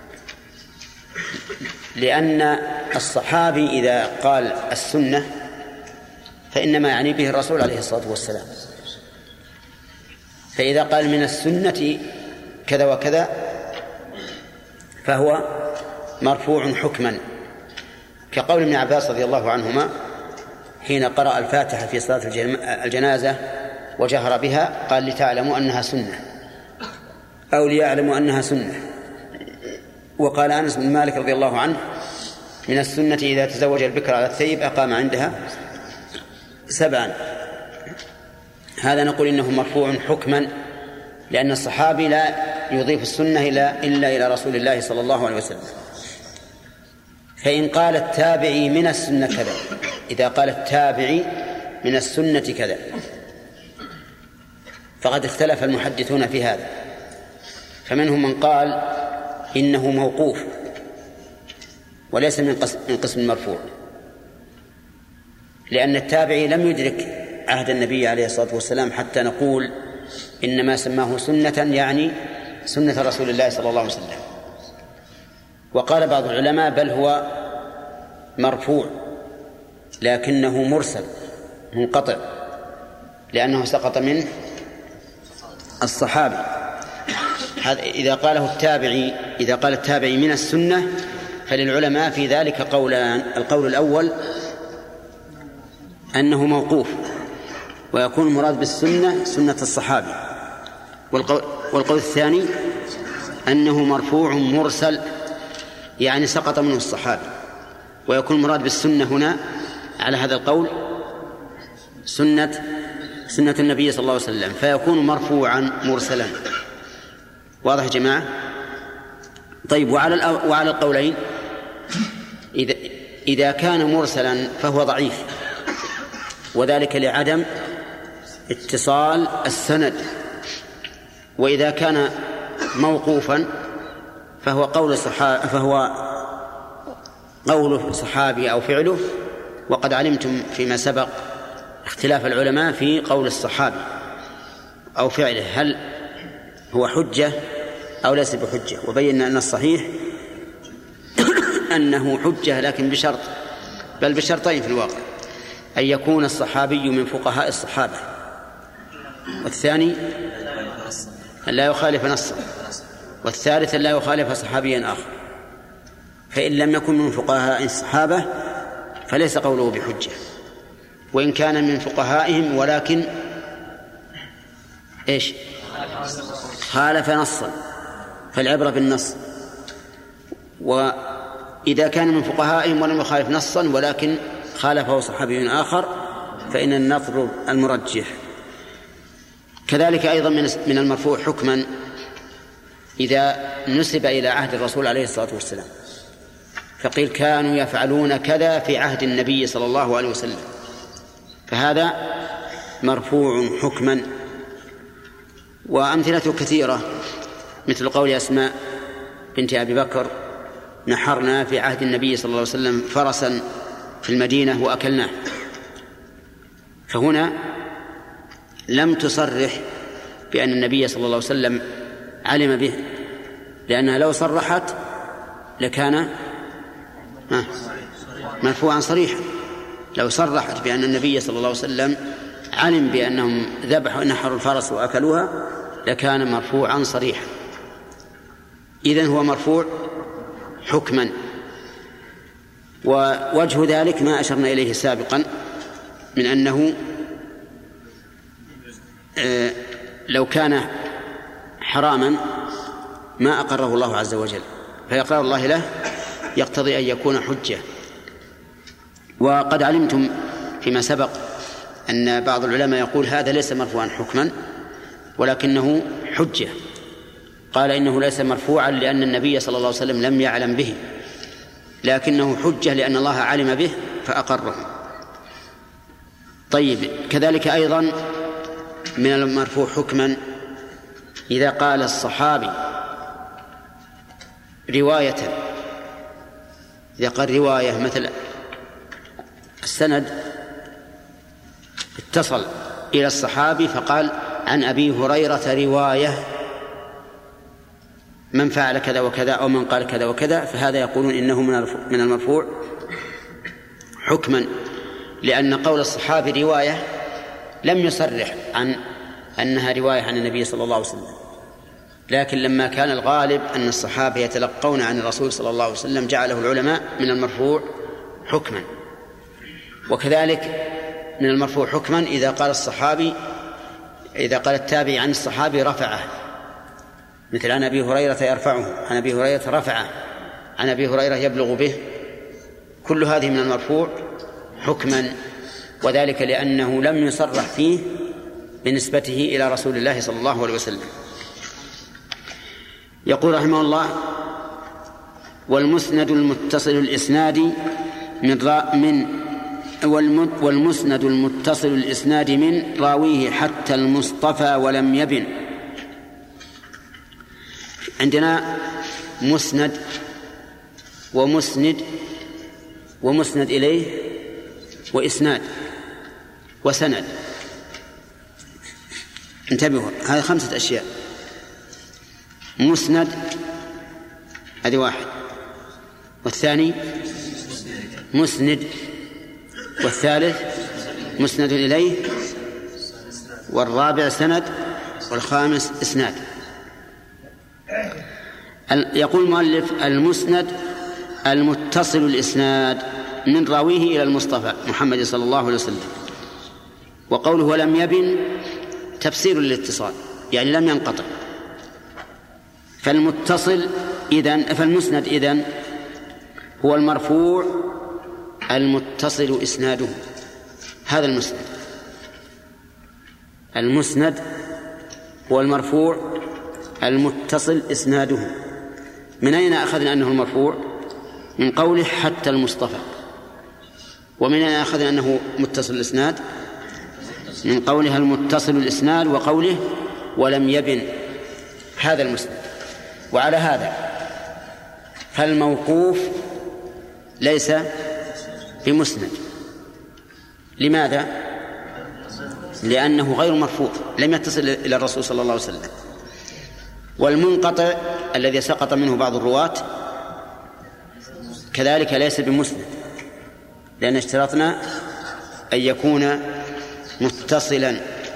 لأن الصحابي إذا قال السنة فإنما يعني به الرسول عليه الصلاة والسلام، فإذا قال من السنة كذا وكذا فهو مرفوع حكما، كقول ابن عباس رضي الله عنهما حين قرأ الفاتحة في صلاة الجنازة وجهر بها قال لتعلموا أنها سنة أو ليعلموا أنها سنة. وقال أنس بن مالك رضي الله عنه من السنة إذا تزوج البكر على الثيب أقام عندها 7. هذا نقول إنه مرفوع حكما، لأن الصحابي لا يضيف السنة إلا إلى رسول الله صلى الله عليه وسلم. فإن قال التابعي من السنة كذا، إذا قال التابعي من السنة كذا فقد اختلف المحدثون في هذا، فمنهم من قال إنه موقوف وليس من قسم المرفوع، لأن التابعي لم يدرك عهد النبي عليه الصلاة والسلام حتى نقول إنما سماه سنة يعني سنة رسول الله صلى الله عليه وسلم. وقال بعض العلماء بل هو مرفوع لكنه مرسل منقطع لأنه سقط منه الصحابي. هذا إذا قال التابعي من السنة فللعلماء في ذلك قولان: القول الأول أنه موقوف ويكون المراد بالسنة سنة الصحابي، والقول الثاني أنه مرفوع مرسل يعني سقط منه الصحابي، ويكون المراد بالسنة هنا على هذا القول سنة النبي صلى الله عليه وسلم، فيكون مرفوعا مرسلا. واضح يا جماعة؟ طيب، وعلى القولين إذا كان مرسلا فهو ضعيف، وذلك لعدم اتصال السند، وإذا كان موقوفا فهو قول صحابي أو فعله، وقد علمتم فيما سبق اختلاف العلماء في قول الصحابي أو فعله هل هو حجة أو ليس بحجة، وبينا أن الصحيح أنه حجة، لكن بشرط، بل بشرطين في الواقع: أن يكون الصحابي من فقهاء الصحابة، والثاني أن لا يخالف نصا، والثالث أن لا يخالف صحابيا آخر. فإن لم يكن من فقهاء الصحابة فليس قوله بحجة، وإن كان من فقهائهم ولكن خالف نصا فالعبرة بالنص، وإذا كان من فقهائهم ولم يخالف نصا ولكن خالفه صحابي آخر فإن نطلب المرجح. كذلك أيضا من المرفوع حكما إذا نسب إلى عهد الرسول عليه الصلاة والسلام، فقيل كانوا يفعلون كذا في عهد النبي صلى الله عليه وسلم، فهذا مرفوع حكما. وأمثلته كثيرة، مثل قول أسماء بنت أبي بكر: نحرنا في عهد النبي صلى الله عليه وسلم فرسا في المدينة وأكلناه. فهنا لم تصرح بأن النبي صلى الله عليه وسلم علم به، لأنها لو صرحت لكان مرفوعا صريحا. لو صرحت بأن النبي صلى الله عليه وسلم علم بأنهم ذبحوا نحروا الفرس وأكلوها لكان مرفوعا صريحا. إذن هو مرفوع حكما. ووجه ذلك ما أشرنا إليه سابقا من أنه لو كان حراما ما أقره الله عز وجل، فإقرار الله له يقتضي أن يكون حجة. وقد علمتم فيما سبق أن بعض العلماء يقول هذا ليس مرفوعا حكما ولكنه حجة. قال إنه ليس مرفوعا لأن النبي صلى الله عليه وسلم لم يعلم به، لكنه حجة لأن الله علم به فأقره. طيب، كذلك أيضا من المرفوع حكما إذا قال الصحابي رواية، إذا قال رواية مثل السند اتصل إلى الصحابي فقال عن أبي هريرة رواية من فعل كذا وكذا أو من قال كذا وكذا، فهذا يقولون إنه من المرفوع حكما، لأن قول الصحابي رواية لم يصرح عن أنها رواية عن النبي صلى الله عليه وسلم، لكن لما كان الغالب أن الصحابة يتلقون عن الرسول صلى الله عليه وسلم جعله العلماء من المرفوع حكما. وكذلك من المرفوع حكما إذا قال التابعي عن الصحابي رفعه، مثل عن أبي هريرة يرفعه، عن أبي هريرة رفعه، عن أبي هريرة يبلغ به، كل هذه من المرفوع حكما، وذلك لأنه لم يصرح فيه بنسبته إلى رسول الله صلى الله عليه وسلم. يقول رحمه الله: والمسند المتصل الإسناد والمسند المتصل الإسناد من راويه حتى المصطفى ولم يبن. عندنا مسند ومسند ومسند إليه وإسناد وسند. انتبهوا، هذه 5 أشياء. مسند هذه واحد، والثاني مسند، والثالث مسند إليه، والرابع سند، والخامس إسناد. يقول المؤلف: المسند المتصل الإسناد من راويه إلى المصطفى محمد صلى الله عليه وسلم. وقوله ولم يبن تفسير للاتصال، يعني لم ينقطع. فالمسند إذن هو المرفوع المتصل إسناده، هذا المسند هو المرفوع المتصل إسناده. من أين أخذنا أنه المرفوع؟ من قوله حتى المصطفى. ومن أين أخذنا أنه متصل الإسناد؟ من قولها المتصل الإسناد وقوله ولم يبن، هذا المسند. وعلى هذا فالموقوف ليس بمسند. لماذا؟ لأنه غير مرفوع، لم يتصل إلى الرسول صلى الله عليه وسلم. والمنقطع الذي سقط منه بعض الرواة كذلك ليس بمسند، لأن اشترطنا أن يكون متصلا.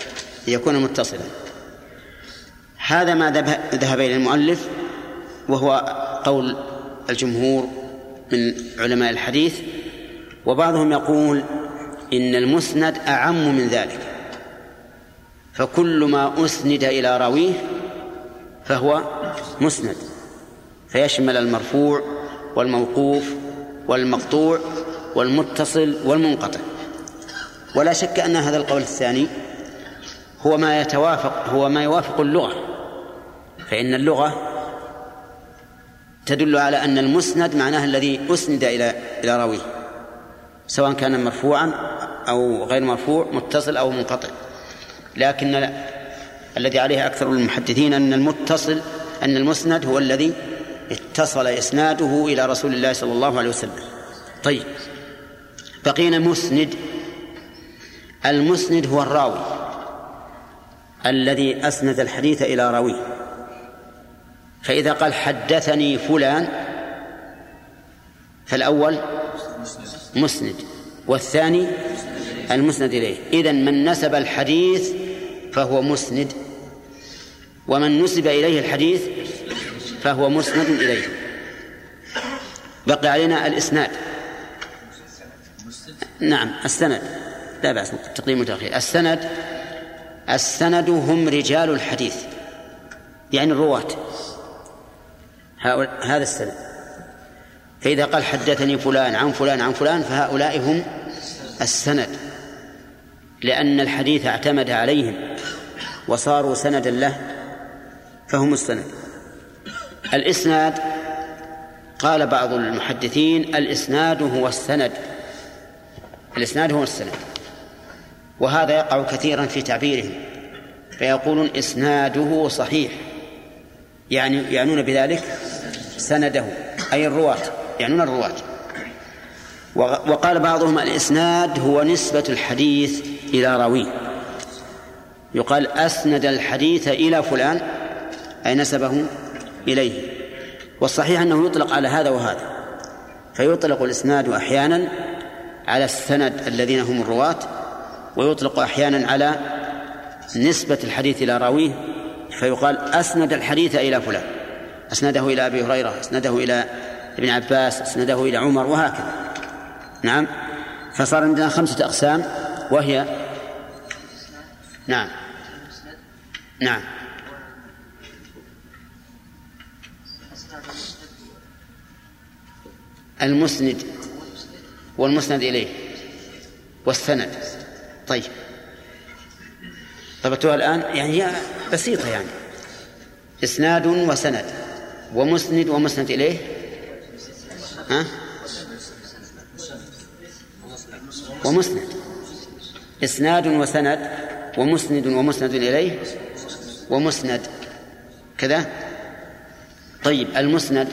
هذا ما ذهب إلى المؤلف، وهو قول الجمهور من علماء الحديث. وبعضهم يقول إن المسند أعم من ذلك، فكل ما أسند إلى راويه فهو مسند، فيشمل المرفوع والموقوف والمقطوع والمتصل والمنقطع. ولا شك أن هذا القول الثاني هو ما يوافق اللغة، فإن اللغة تدل على أن المسند معناه الذي أسند إلى راويه، سواء كان مرفوعا أو غير مرفوع، متصل أو منقطع. لكن الذي عليه أكثر المحدثين أن المسند هو الذي اتصل إسناده إلى رسول الله صلى الله عليه وسلم. طيب، بقينا مسند. المسند هو الراوي الذي أسند الحديث إلى راويه. فإذا قال حدثني فلان فالأول مسند والثاني المسند إليه. إذن من نسب الحديث فهو مسند، ومن نسب إليه الحديث فهو مسند إليه. بقي علينا الإسناد. نعم، السند لا بأس تقديم وتأخير. السند هم رجال الحديث، يعني الرواة، هذا السند. فإذا قال حدثني فلان عن فلان عن فلان فهؤلاء هم السند، لأن الحديث اعتمد عليهم وصاروا سندا له، فهم السند. الإسناد قال بعض المحدثين الإسناد هو السند، وهذا يقع كثيرا في تعبيرهم، فيقولون إسناده صحيح، يعنون بذلك سنده، أي الرواة، يعنون الرواة. وقال بعضهم الإسناد هو نسبة الحديث إلى راويه، يقال أسند الحديث إلى فلان أي نسبه إليه. والصحيح أنه يطلق على هذا وهذا، فيطلق الإسناد أحيانا على السند الذين هم الرواة، ويطلق أحيانا على نسبة الحديث إلى راويه، فيقال أسند الحديث إلى فلان، أسنده إلى أبي هريرة، أسنده إلى ابن عباس، أسنده إلى عمر، وهكذا. نعم، فصار عندنا 5 أقسام، وهي نعم المسند والمسند إليه والسند. طيب ضبطوها الآن؟ يعني هي بسيطة، يعني إسناد وسند ومسند ومسند إليه، ومسند، إسناد وسند ومسند ومسند إليه ومسند كذا. طيب المسند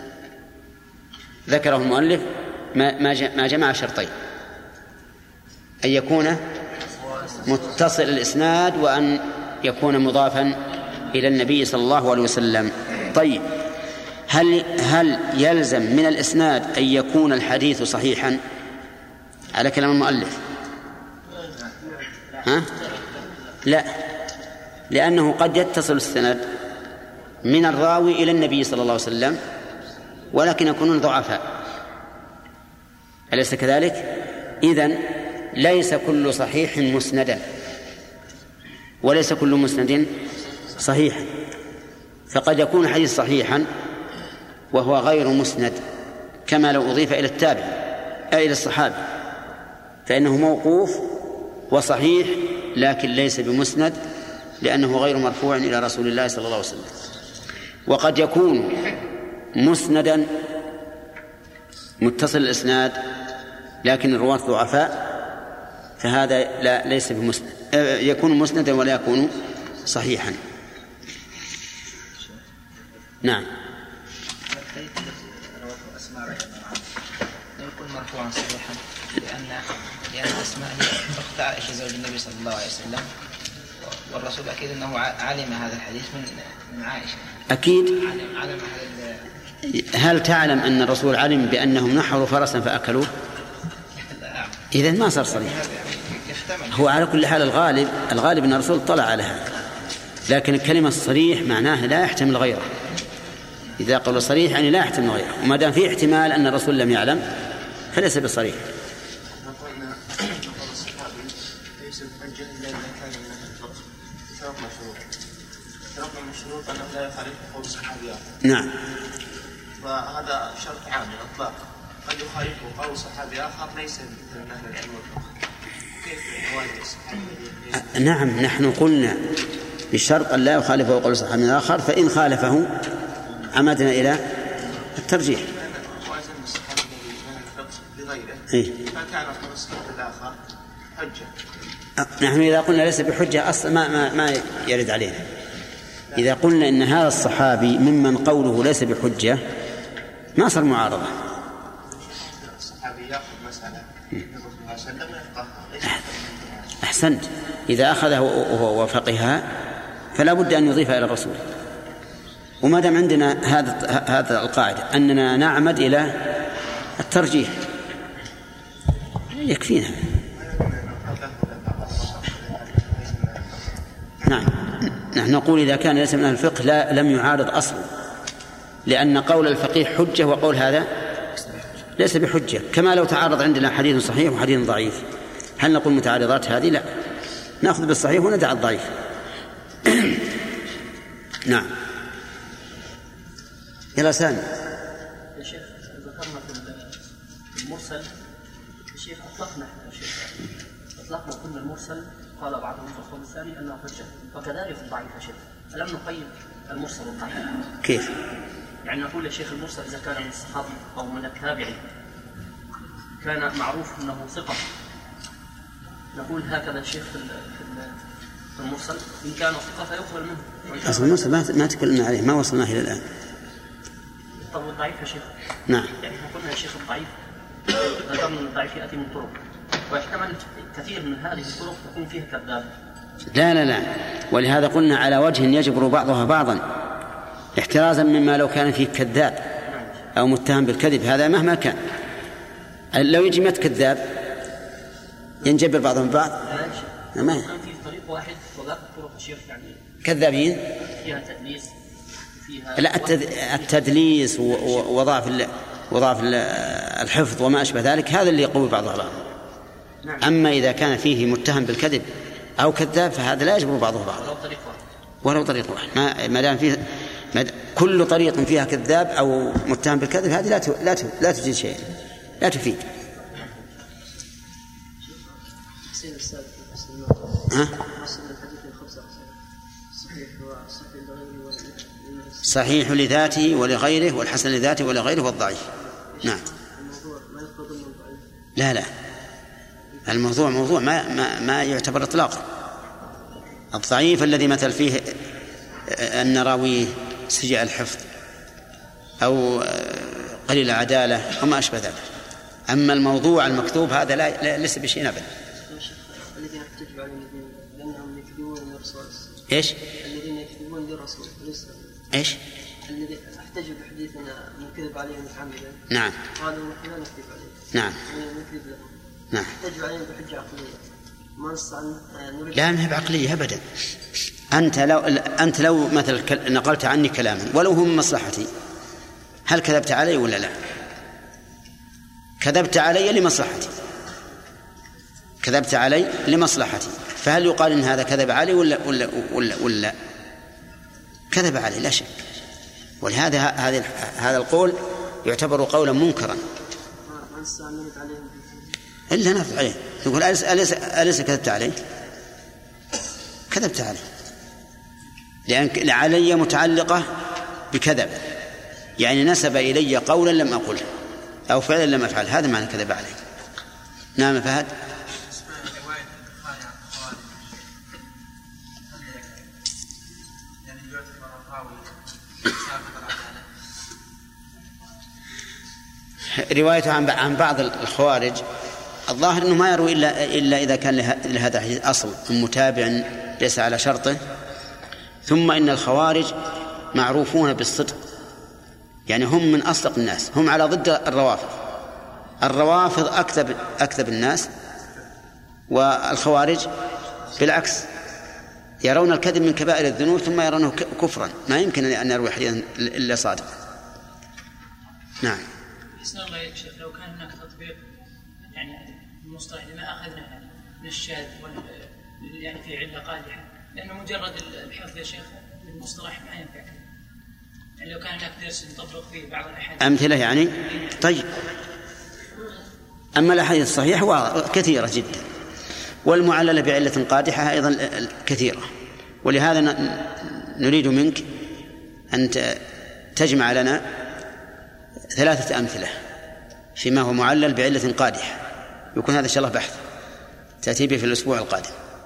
ذكره المؤلف ما جمع شرطين: أن يكون متصل الإسناد، وأن يكون مضافا إلى النبي صلى الله عليه وسلم. طيب، هل يلزم من الإسناد أن يكون الحديث صحيحا على كلام المؤلف؟ لا، لأنه قد يتصل السند من الراوي إلى النبي صلى الله عليه وسلم ولكن يكونون ضعفاء، أليس كذلك؟ إذن ليس كل صحيح مسندا، وليس كل مسند صحيحا، فقد يكون حديث صحيحا وهو غير مسند، كما لو أضيف إلى التابع إلى الصحابي فإنه موقوف وصحيح لكن ليس بمسند لأنه غير مرفوع إلى رسول الله صلى الله عليه وسلم. وقد يكون مسندا متصل الإسناد لكن الرواة ضعفاء، فهذا ليس بمسند، يكون مسندا ولا يكون صحيحا. نعم. يكون مرفوعا صحيحا لأن أسماء أخت عائشة زوج النبي صلى الله عليه وسلم، والرسول أكيد أنه علم هذا الحديث من عائشة أكيد. علم هل تعلم أن الرسول علم بأنهم نحروا فرسا فأكلوه؟ إذن ما صار صريح. هو على كل حال الغالب أن الرسول طلع على هذا، لكن الكلمة الصريح معناه لا يحتمل غيره. إذا قال صريح يعني لا يحتمل غيره، وما دام فيه احتمال أن الرسول لم يعلم فليس بصريح. نعم. وهذا شرط عام إطلاق، قد يخالفه قول صحابي آخر ليس من أهل العلم والفقه. كيف يوالي الصحابي؟ نعم، نحن قلنا بشرط أن لا يخالفه قول صحابي آخر، فإن خالفه عمدنا إلى الترجيح. فكان قول الصحابي الآخر حجة. نحن إذا قلنا ليس بحجة أصلا ما يرد علينا. إذا قلنا إن هذا الصحابي ممن قوله ليس بحجة ما صار معارضة. أحسنت. إذا أخذه وفقها فلا بد أن يضيفها إلى الرسول. وما دام عندنا هذا القاعدة أننا نعمد إلى الترجيح يكفينا. نعم، نحن نقول إذا كان ليس من الفقه لم يعارض أصلا، لأن قول الفقيه حجة وقول هذا ليس بحجة. كما لو تعارض عندنا حديث صحيح وحديث ضعيف، هل نقول متعارضات هذه؟ لا، نأخذ بالصحيح وندع الضعيف. نعم. يلا سامي. يا شيخ ذكرنا في المرسل يا شيخ أطلقنا كل المرسل، قال بعضهم في القول الثاني أنه حجة، وكذلك الضعيف يا شيخ. ألم نقيم المرسل والضعيف؟ كيف؟ يعني نقول يا شيخ المرسل إذا كان من الصحابي أو من التابعي كان معروف أنه ثقة، نقول هكذا يا شيخ في المرسل إن كان ثقة فيقبل منه. أصل المرسل ما تكلمنا عليه، ما وصلنا إلى الآن. طب الضعيف يا شيخ؟ نعم. يعني قلنا يا شيخ الضعيف ذكرنا أن الضعيف يأتي من طرق، واحتمل كثير من هذه الطرق تكون فيها كذاب. لا، ولهذا قلنا على وجه يجبر بعضها بعضا احترازا مما لو كان فيه كذاب أو متهم بالكذب، هذا مهما كان. لو يجي مت كذاب ينجبر بعضهم بعض. ما كان في طريق واحد وذاك الطرق الشيخ يعني كذابين فيها تدليس فيها لا التدليس وضعف الحفظ وما أشبه ذلك، هذا اللي يقوي بعضها بعضا. أما إذا كان فيه متهم بالكذب أو كذاب فهذا لا يجبر بعضه بعضا ولو طريق واحد. ما دام فيه كل طريق فيها كذاب أو متهم بالكذب هذه لا تفيد شيء، لا تفيد. صحيح لذاته ولغيره، والحسن لذاته ولغيره، والضعيف. نعم. لا الموضوع موضوع ما يعتبر إطلاقا. الضعيف الذي مثل فيه أن راويه سيء الحفظ أو قليل العدالة وما أشبه ذلك. أما الموضوع المكتوب هذا لا ليس بشيء أبدا. الذين يحتج عليهم لأنهم يكذبون للرسول. إيش؟ الذين يكذبون للرسول ليس. إيش؟ الذي احتجوا بحديثنا من كذب عليهم متعمدا. نعم. قالوا نحن لا نكذب عليهم. نعم. نكذب لهم. نعم. احتجوا عليهم بحجة عقلية. ما نستطيع نريد. لا ما هي بعقلية أبدا. أنت لو مثلا نقلت عني كلاما ولو هو من مصلحتي، هل كذبت علي ولا لا؟ كذبت علي لمصلحتي، كذبت علي لمصلحتي، فهل يقال إن هذا كذب علي ولا كذب علي؟ لا شك. ولهذا هذا القول يعتبر قولا منكرا. إلا نفذ عليه، يقول أليس كذبت عليه؟ كذبت عليه، لأن علي متعلقة بكذب، يعني نسب إلي قولا لم أقله أو فعلا لم أفعل، هذا معنى كذب عليه. نعم فهد. روايته عن بعض الخوارج الظاهر أنه ما يروي إلا إذا كان لهذا الحديث أصل من متابع ليس على شرطه. ثم إن الخوارج معروفون بالصدق، يعني هم من أصدق الناس، هم على ضد الروافض أكذب الناس، والخوارج بالعكس يرون الكذب من كبائر الذنوب ثم يرونه كفرا، ما يمكن أن يروي حديثا إلا صادق. نعم. حسن الله يا شيخ، لو كان هناك تطبيق يعني المصطلح لما أخذنا من الشاذ يعني في علة قادحة، لأنه مجرد الحفظ يا شيخ للمصطلح ما ينفع، يعني لو كان هناك درس نطبق فيه بعض الأحاديث أمثلة يعني. طيب، أما الأحاديث الصحيحة كثيرة جدا، والمعللة بعلة قادحة أيضا كثيرة، ولهذا نريد منك أن تجمع لنا 3 أمثلة فيما هو معلل بعلة قادحة، يكون هذا إن شاء الله بحث تأتي به في الأسبوع القادم.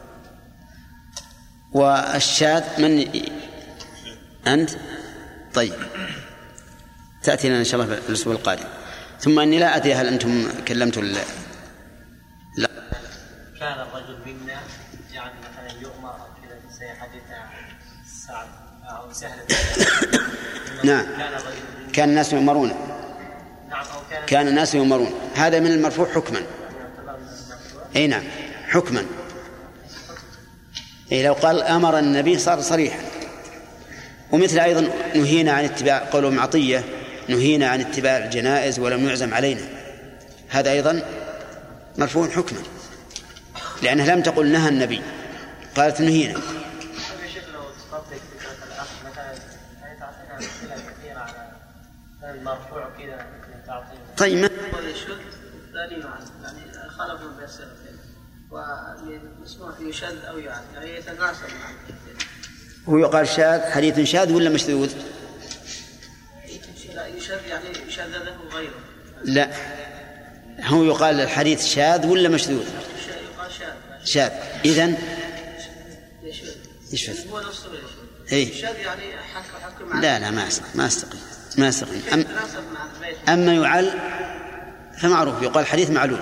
والشاذ من أنت؟ طيب، تأتي لنا إن شاء الله في الأسبوع القادم. ثم أني لا أدري هل أنتم كلمتوا لا. كان الرجل منا يعني مثلا يؤمر كذا زي حديث سعد أو سهل. نعم، كان الناس يؤمرون. كان الناس يؤمرون، هذا من المرفوع حكما. أي نعم، حكما. إيه، لو قال أمر النبي صار صريحا. ومثل أيضا نهينا عن اتباع، قوله معطية نهينا عن اتباع الجنائز ولم يعزم علينا، هذا أيضا مرفوع حكما، لأنها لم تقل نهى النبي، قالت نهينا. طيب، ما يعني خالفوا بالسلفين ومسموح يشذ أو يعني يتناسب مع هو يقال شاذ، حديث شاذ ولا مشذوذ؟ يشذ يعني شذذه غيره. لا، هو يقال الحديث شاذ ولا مشذوذ؟ يقال شاذ. إذن يشذ هو نفسه يشذ يعني حكم. لا ما استقيم. أما يعل فمعروف، يقال حديث معلول.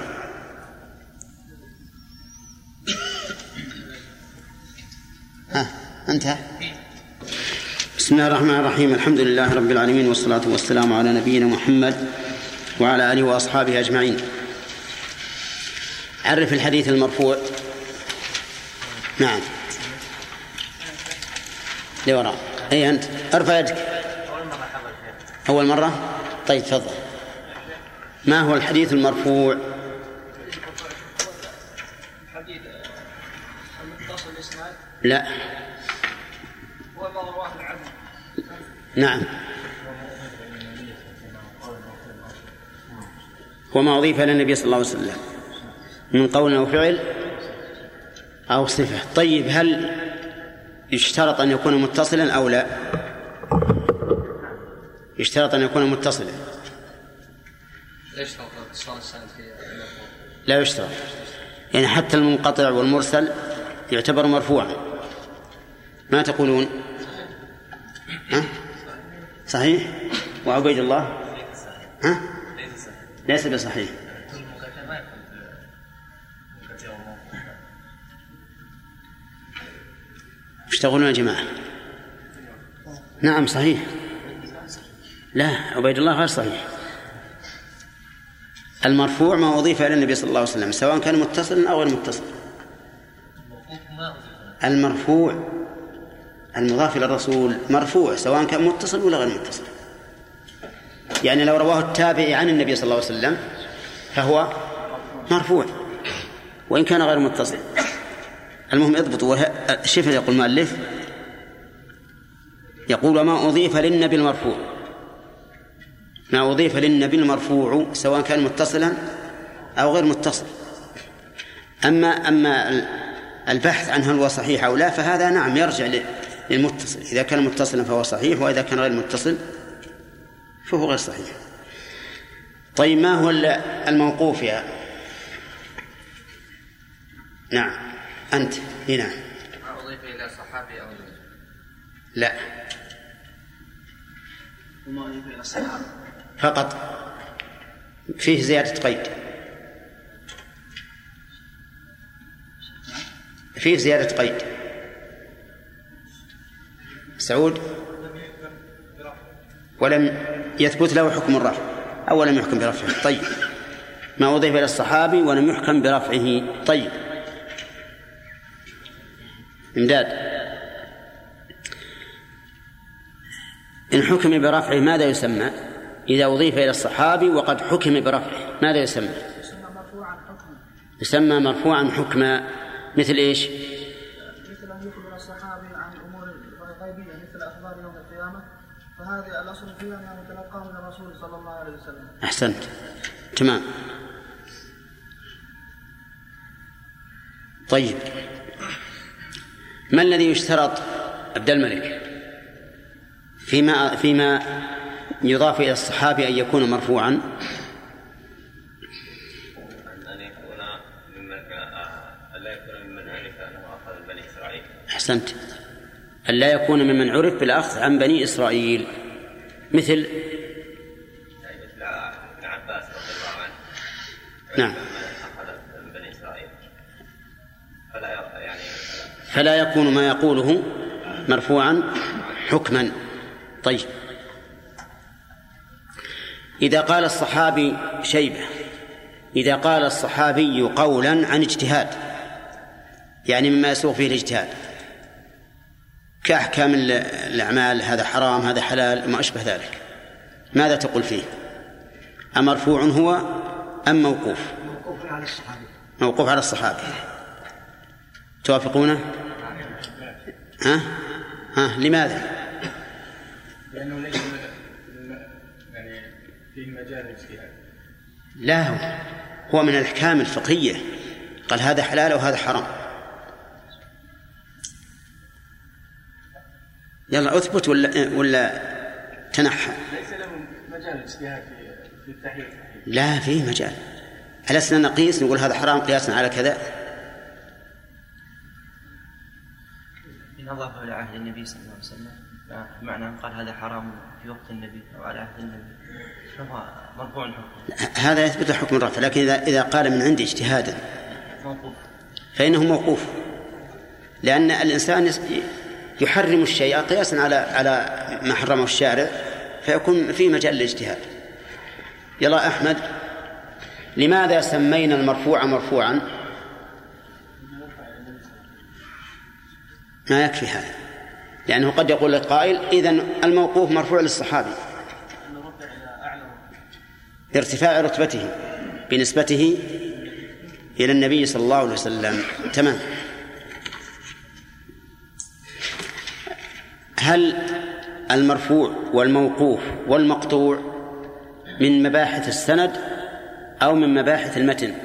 انتهى. بسم الله الرحمن الرحيم، الحمد لله رب العالمين، والصلاة والسلام على نبينا محمد وعلى آله وأصحابه أجمعين. عرف الحديث المرفوع. نعم، لوراء. أي أنت ارفع يدك. أول مرة. طيب تفضل. ما هو الحديث المرفوع؟ لا. نعم، وما أضيف إلى النبي صلى الله عليه وسلم من قول أو فعل أو صفة. طيب، هل يشترط أن يكون متصلا أو لا؟ يشترط أن يكون متصلا. لا يشترط، يعني حتى المنقطع والمرسل يعتبر مرفوعا. ما تقولون؟ صحيح؟ وعبيد الله؟ ليس بصحيح. ايش تقولون يا جماعة؟ نعم صحيح. لا، عبيد الله غير صحيح. المرفوع ما أضيف إلى النبي صلى الله عليه وسلم سواء كان متصلا أو غير متصل. المرفوع المضاف إلى الرسول مرفوع سواء كان متصل ولا غير متصل. يعني لو رواه التابعي عن النبي صلى الله عليه وسلم فهو مرفوع وإن كان غير متصل. المهم اضبطوا. شوف يقول المؤلف، يقول وما أضيف للنبي المرفوع، ما أضيف للنبي المرفوع سواء كان متصلا أو غير متصل. أما البحث عن هل هو صحيح أو لا فهذا نعم يرجع للمتصل، إذا كان متصلا فهو صحيح، وإذا كان غير متصل فهو غير صحيح. طيب ما هو الموقوف يا نعم أنت هنا؟ ما أضيف إلى صحابي أو لا، وما أضيف إلى الصحابة فقط فيه زيادة قيد، فيه زيادة قيد. سعود ولم يثبت له حكم الرفع أو لم يحكم برفعه. طيب ما أضيف إلى الصحابي ولم يحكم برفعه. طيب إمداد، إن حكم برفعه ماذا يسمى؟ إذا أضيف إلى الصحابي وقد حكم برفعه ماذا يسمى؟ يسمى مرفوعا حكما. مثل إيش؟ مثل أن يخبر الصحابي عن أمور غيبية مثل أخبار يوم القيامة، فهذه الأصل فيها أنه متلقى من الرسول صلى الله عليه وسلم. أحسنت، تمام. طيب ما الذي يشترط عبد الملك فيما يضاف إلى الصحابي أن يكون مرفوعا؟ أن يكون لا يكون ممن عرف أنه أخذ من بني إسرائيل. أحسنت، أن لا يكون ممن عرف بالأخذ عن بني إسرائيل، مثل ابن عباس رضي الله عنه. نعم. أخذ من بني إسرائيل فلا يكون ما يقوله مرفوعا حكما. طيب إذا قال الصحابي شيبة، إذا قال الصحابي قولا عن اجتهاد، يعني مما يسوغ فيه الاجتهاد كأحكام الأعمال، هذا حرام هذا حلال ما أشبه ذلك، ماذا تقول فيه؟ أمرفوع هو أم موقوف؟ موقوف على الصحابي. موقوف على الصحابي. توافقونه؟ لماذا؟ لأنه ليس يعني فيه مجال الاجتهاد. لا، هو من الأحكام الفقهية، قال هذا حلال وهذا حرام. يلا أثبت ولا تنحى؟ ليس له مجال الاجتهاد في التحليل. لا، فيه مجال. ألسنا نقيس نقول هذا حرام قياسا على كذا؟ إن أضاف إلى عهد النبي صلى الله عليه وسلم بمعنى أن قال هذا حرام في وقت النبي أو على عهد النبي فهو مرفوع حكم. هذا يثبت حكم الرفع، لكن إذا قال من عندي اجتهادا فإنه موقوف، لأن الإنسان يحرم الشيء قياسا على ما حرمه الشارع فيكون في مجال الاجتهاد. يلا أحمد، لماذا سمينا المرفوع مرفوعا؟ ما يكفي هذا، لأنه قد يقول لك قائل إذن الموقوف مرفوع للصحابي لارتفاع رتبته بنسبته إلى النبي صلى الله عليه وسلم. تمام. هل المرفوع والموقوف والمقطوع من مباحث السند أو من مباحث المتن؟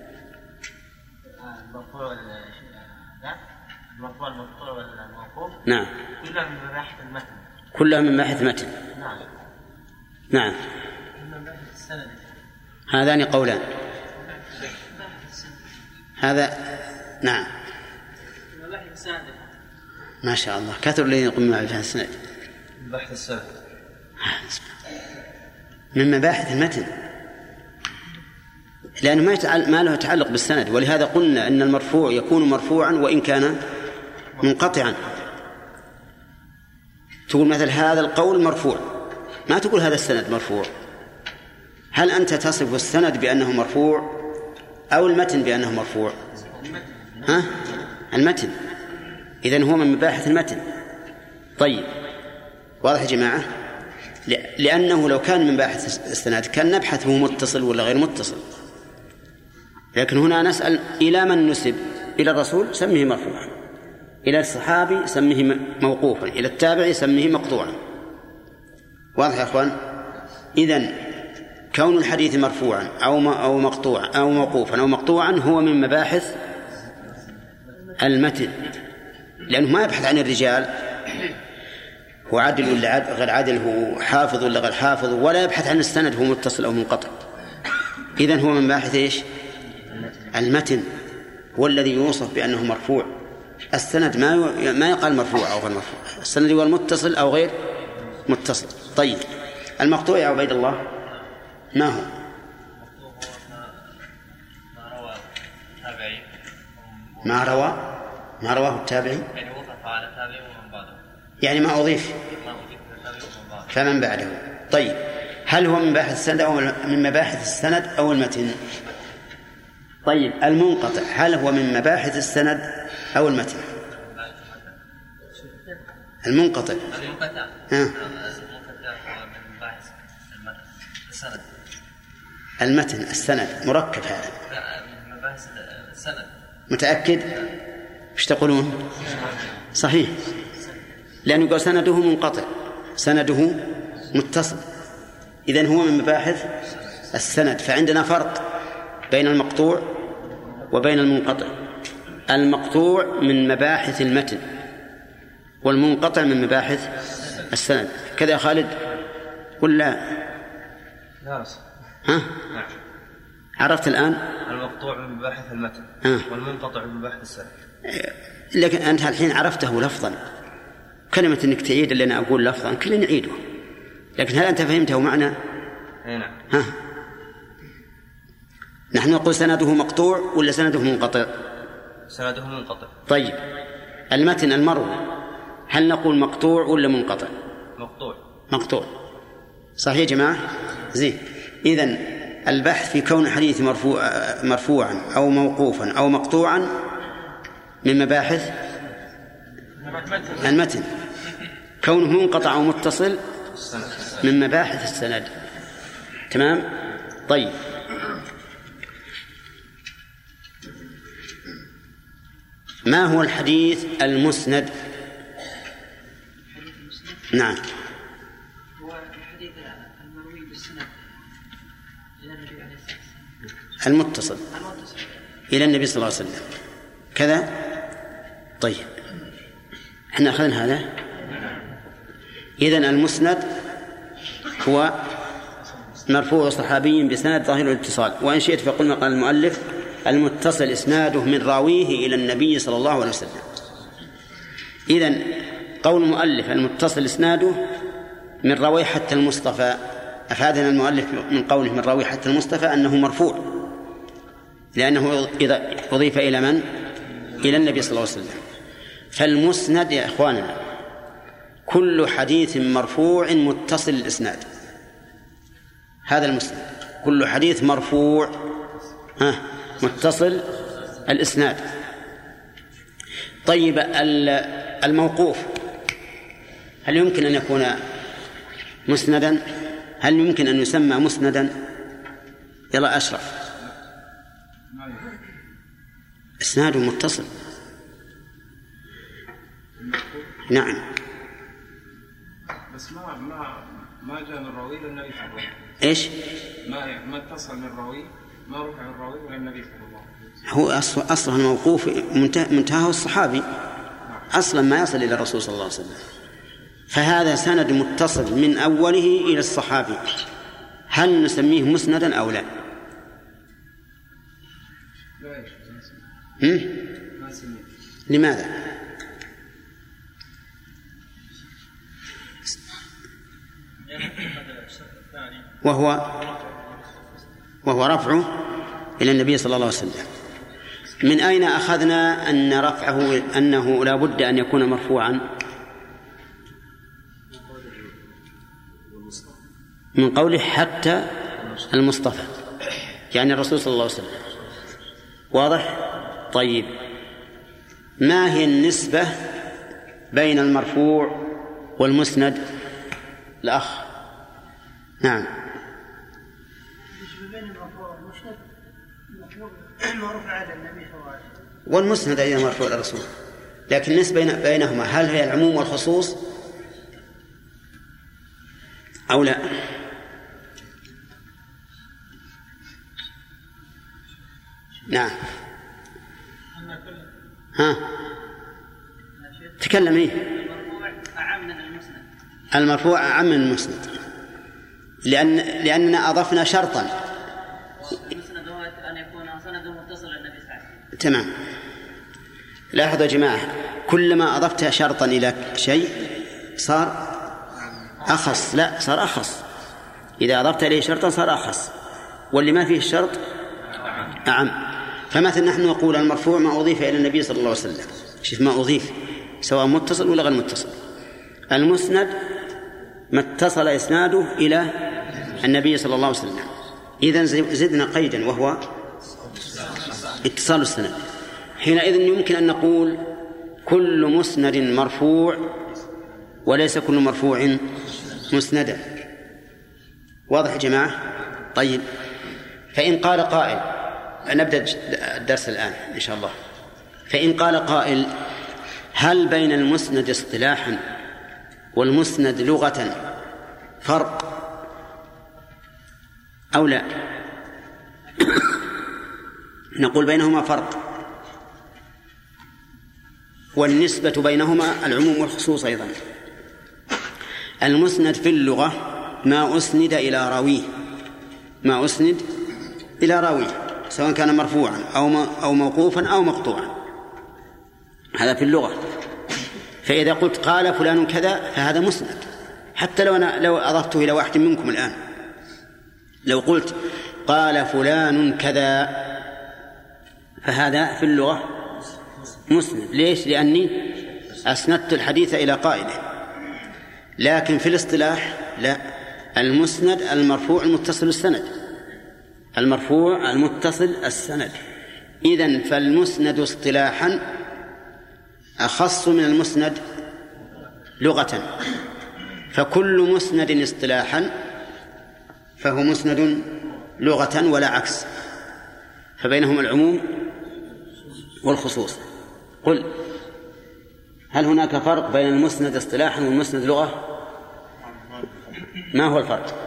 المرفوع المقطوع والموقوف نعم، كلها من مباحث المتن. كلها من مباحث متن. نعم. نعم. من مباحث السند. هذان قولان. هذا نعم. من مباحث السند. ما شاء الله، كثر الذين يقومون بمباحث السند. مباحث السند. من مباحث المتن، لأنه ما له تعلق بالسند، ولهذا قلنا أن المرفوع يكون مرفوعا وإن كان منقطعا. تقول مثل هذا القول مرفوع، ما تقول هذا السند مرفوع. هل أنت تصف السند بأنه مرفوع أو المتن بأنه مرفوع؟ المتن. إذن هو من مباحث المتن. طيب واضح يا جماعة؟ لأنه لو كان من مباحث السند كان نبحث هو متصل ولا غير متصل، لكن هنا نسأل إلى من نسب؟ إلى الرسول سميه مرفوعا، إلى الصحابي سميه موقوفا، إلى التابعي سميه مقطوعا. واضح يا أخوان؟ إذن كون الحديث مرفوعا أو مقطوعا أو موقوفا أو مقطوعا هو من مباحث المتن، لأنه ما يبحث عن الرجال هو عادل ولا غير عادل، هو حافظ ولا غير حافظ، ولا يبحث عن السند هو متصل أو منقطع. إذن هو من باحث إيش؟ المتن، والذي يوصف بأنه مرفوع. السند ما يقال مرفوع أو غير مرفوع، السند هو المتصل أو غير متصل. طيب المقطوع يا عبيد الله ما هو؟ ما رواه التابعي، يعني ما أضيف فمن بعده. طيب هل هو من مباحث السند أو من مباحث السند أو المتن؟ طيب المنقطع هل هو من مباحث السند أو المتن؟ المنقطع المتن السند مركب هذا. متأكد؟ ايش تقولون؟ صحيح، لأنه قال سنده منقطع سنده متصل، إذن هو من مباحث السند. فعندنا فرق بين المقطوع وبين المنقطع. المقطوع من مباحث المتن والمنقطع من مباحث السند. كذا يا خالد ولا لا؟ ها؟ عرفت الآن؟ المقطوع من مباحث المتن والمنقطع من مباحث السند. لكن أنت الحين عرفته لفظا، كلمة أنك تعيد اللي أنا أقول لفظا كلنا نعيده، لكن هل أنت فهمته معنى؟ نعم. ها؟ نحن نقول سنده مقطوع ولا سنده منقطع؟ سنده منقطع. طيب المتن المروي هل نقول مقطوع ولا منقطع؟ مقطوع. صحيح يا جماعة؟ زين. إذن البحث في كون الحديث مرفوعا أو موقوفا أو مقطوعا من مباحث المتن، كونه منقطع أو متصل من مباحث السند. تمام؟ طيب ما هو الحديث المسند؟ نعم، هو الحديث المروي بالسند إلى النبي عليه الصلاة والسلام، المتصل إلى النبي صلى الله عليه وسلم كذا. طيب احنا أخذنا هذا. إذن المسند هو مرفوع صحابي بسند ظاهر الاتصال، وإن شئت فقل ما قال المؤلف المتصل إسناده من راويه إلى النبي صلى الله عليه وسلم. إذن قول المؤلف المتصل إسناده من راويه حتى المصطفى، أفادنا المؤلف من قوله من راويه حتى المصطفى أنه مرفوع، لأنه إذا أضيف إلى من؟ إلى النبي صلى الله عليه وسلم. فالمسند يا إخواننا كل حديث مرفوع متصل الإسناد، هذا المسند. كل حديث مرفوع متصل الإسناد. طيب الموقوف هل يمكن أن يكون مسندا؟ هل يمكن أن يسمى مسندا؟ يلا أشرف. إسناده متصل. نعم، بس ما جاء من راوي للنبي صلى الله عليه وسلم. ايش؟ ما اتصل من راوي، ما رفع من راوي ولا النبي صلى الله عليه وسلم. هو أصلا الموقوف منتهى الصحابي، أصلا ما يصل إلى الرسول صلى الله عليه وسلم، فهذا سند متصل من أوله إلى الصحابي. هل نسميه مسندا أو لا؟ لماذا؟ وهو رفعه إلى النبي صلى الله عليه وسلم. من أين أخذنا أن رفعه أنه لا بد أن يكون مرفوعا؟ من قوله حتى المصطفى، يعني الرسول صلى الله عليه وسلم. واضح؟ طيب ما هي النسبة بين المرفوع والمسند؟ الأخ. نعم. مرفوع على النبي صلى الله عليه وسلم، والمسند أيضا مرفوع إلى الرسول، لكن النسبة بينهما هل هي العموم والخصوص أو لا؟ نعم. ها تكلم إيه؟ المرفوع أعم من المسند، لأننا أضفنا شرطا أن يكون سنده متصل للنبي صلى الله عليه وسلم. تمام. لاحظوا يا جماعة، كلما أضفت شرطا إلى شيء صار أخص. لا، صار أخص. إذا أضفت إليه شرطا صار أخص، واللي ما فيه الشرط أعم. فمثلا نحن نقول المرفوع ما أضيف إلى النبي صلى الله عليه وسلم، شوف ما أضيف سواء متصل ولا غير متصل. المسند ما اتصل إسناده إلى النبي صلى الله عليه وسلم. إذن زدنا قيدا وهو اتصال السند. حينئذ يمكن أن نقول كل مسند مرفوع وليس كل مرفوع مسندا. واضح يا جماعة؟ طيب، فإن قال قائل، نبدأ الدرس الآن إن شاء الله. فإن قال قائل هل بين المسند اصطلاحا والمسند لغة فرق أو لا؟ نقول بينهما فرق، والنسبة بينهما العموم والخصوص أيضا. المسند في اللغة ما أسند إلى راويه، ما أسند إلى راويه سواء كان مرفوعا أو موقوفا أو مقطوعا، هذا في اللغة. فإذا قلت قال فلان كذا فهذا مسند، حتى لو أضفته إلى واحد منكم الآن، لو قلت قال فلان كذا فهذا في اللغة مسند. ليش؟ لأني أسندت الحديث إلى قائله. لكن في الاصطلاح لا، المسند المرفوع المتصل السند، المرفوع المتصل السند. إذن فالمسند اصطلاحا أخص من المسند لغة، فكل مسند اصطلاحا فهو مسند لغة ولا عكس، فبينهما العموم والخصوص. قل هل هناك فرق بين المسند اصطلاحا والمسند لغة؟ ما هو الفرق؟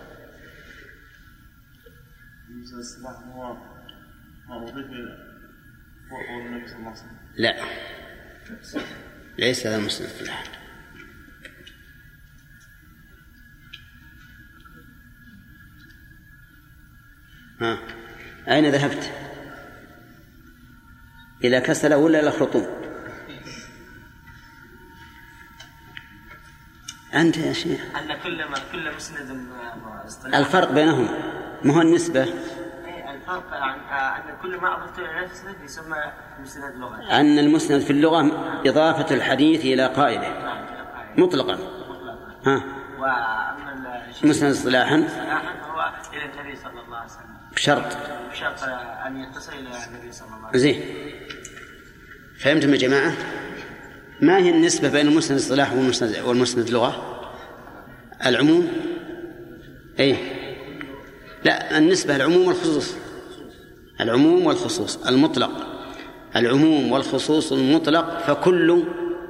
لا، ليس هذا المسند اصطلاحا. أين ذهبت؟ إلى كسلة ولا إلى خرطوم؟ أنت يا شيخ. أن كل مسند الفرق بينهم ما هو النسبة؟ الفرق أن كل ما أضفت إلى المسند يسمى مسند لغة. أن المسند في اللغة إضافة الحديث إلى قائله مطلقا. مسند اصطلاحا هو إلى النبي صلى الله عليه وسلم بشرط أن يتصل إلى النبي صلى الله عليه وسلم. زين، فهمتم يا جماعة؟ ما هي النسبة بين المسند اصطلاح والمسند لغة؟ العموم؟ أي لا، النسبة العموم والخصوص، العموم والخصوص المطلق، العموم والخصوص المطلق. فكل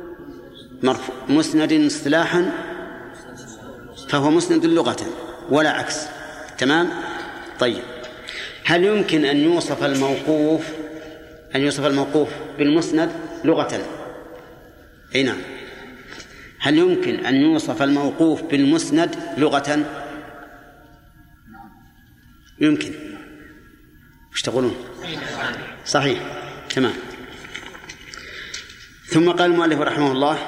مسند اصطلاحا فهو مسند لغة ولا عكس. تمام؟ طيب، هل يمكن أن يوصف الموقوف بالمسند لغة؟ أي نعم. هل يمكن أن يوصف الموقوف بالمسند لغة؟ يمكن. وش تقولون؟ صحيح، تمام. ثم قال المؤلف رحمه الله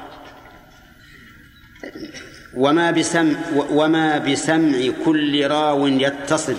وما بسمع كل راو يتصل.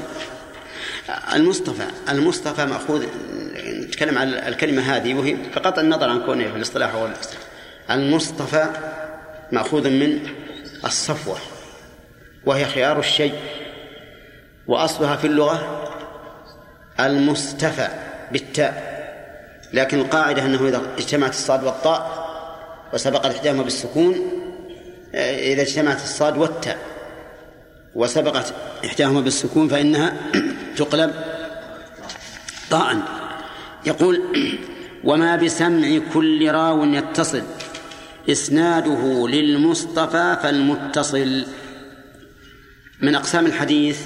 المصطفى مأخوذ، نتكلم على الكلمة هذه وهي بقطع النظر عن كونه في الاصطلاح أو الاصطلاح. المصطفى مأخوذ من الصفوة وهي خيار الشيء، وأصلها في اللغة المستفى بالتاء، لكن القاعدة أنه إذا اجتمعت الصاد والطاء وسبقت إحداهما بالسكون، إذا اجتمعت الصاد والتاء وسبقت إحداهما بالسكون فإنها تقلب إخطاء. يقول: وما بسمع كل راو يتصل إسناده للمصطفى فالمتصل. من أقسام الحديث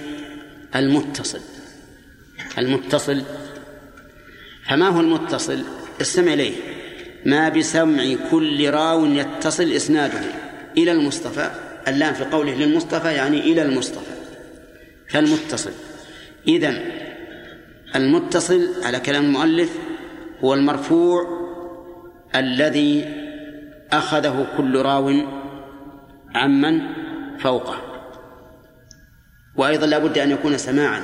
المتصل. فما هو المتصل؟ استمع إليه: ما بسمع كل راو يتصل إسناده إلى المصطفى. اللام في قوله للمصطفى يعني إلى المصطفى، فالمتصل. إذن المتصل على كلام المؤلف هو المرفوع الذي أخذه كل راو عمن فوقه، وأيضا لا بد أن يكون سماعا.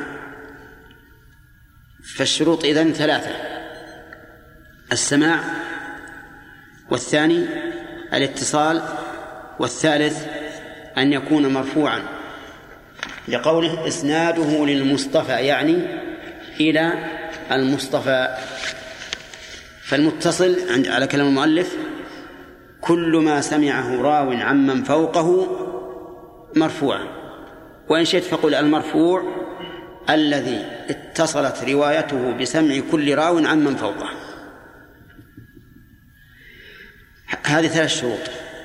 فالشروط إذن 3: السماع، والثاني الاتصال، والثالث أن يكون مرفوعا، لقوله إسناده للمصطفى يعني إلى المصطفى. فالمتصل على كلام المؤلف كل ما سمعه راو عمن فوقه مرفوعا، وإن شئت فقل المرفوع الذي اتصلت روايته بسمع كل راو عمن فوقه. هذه 3 شروط.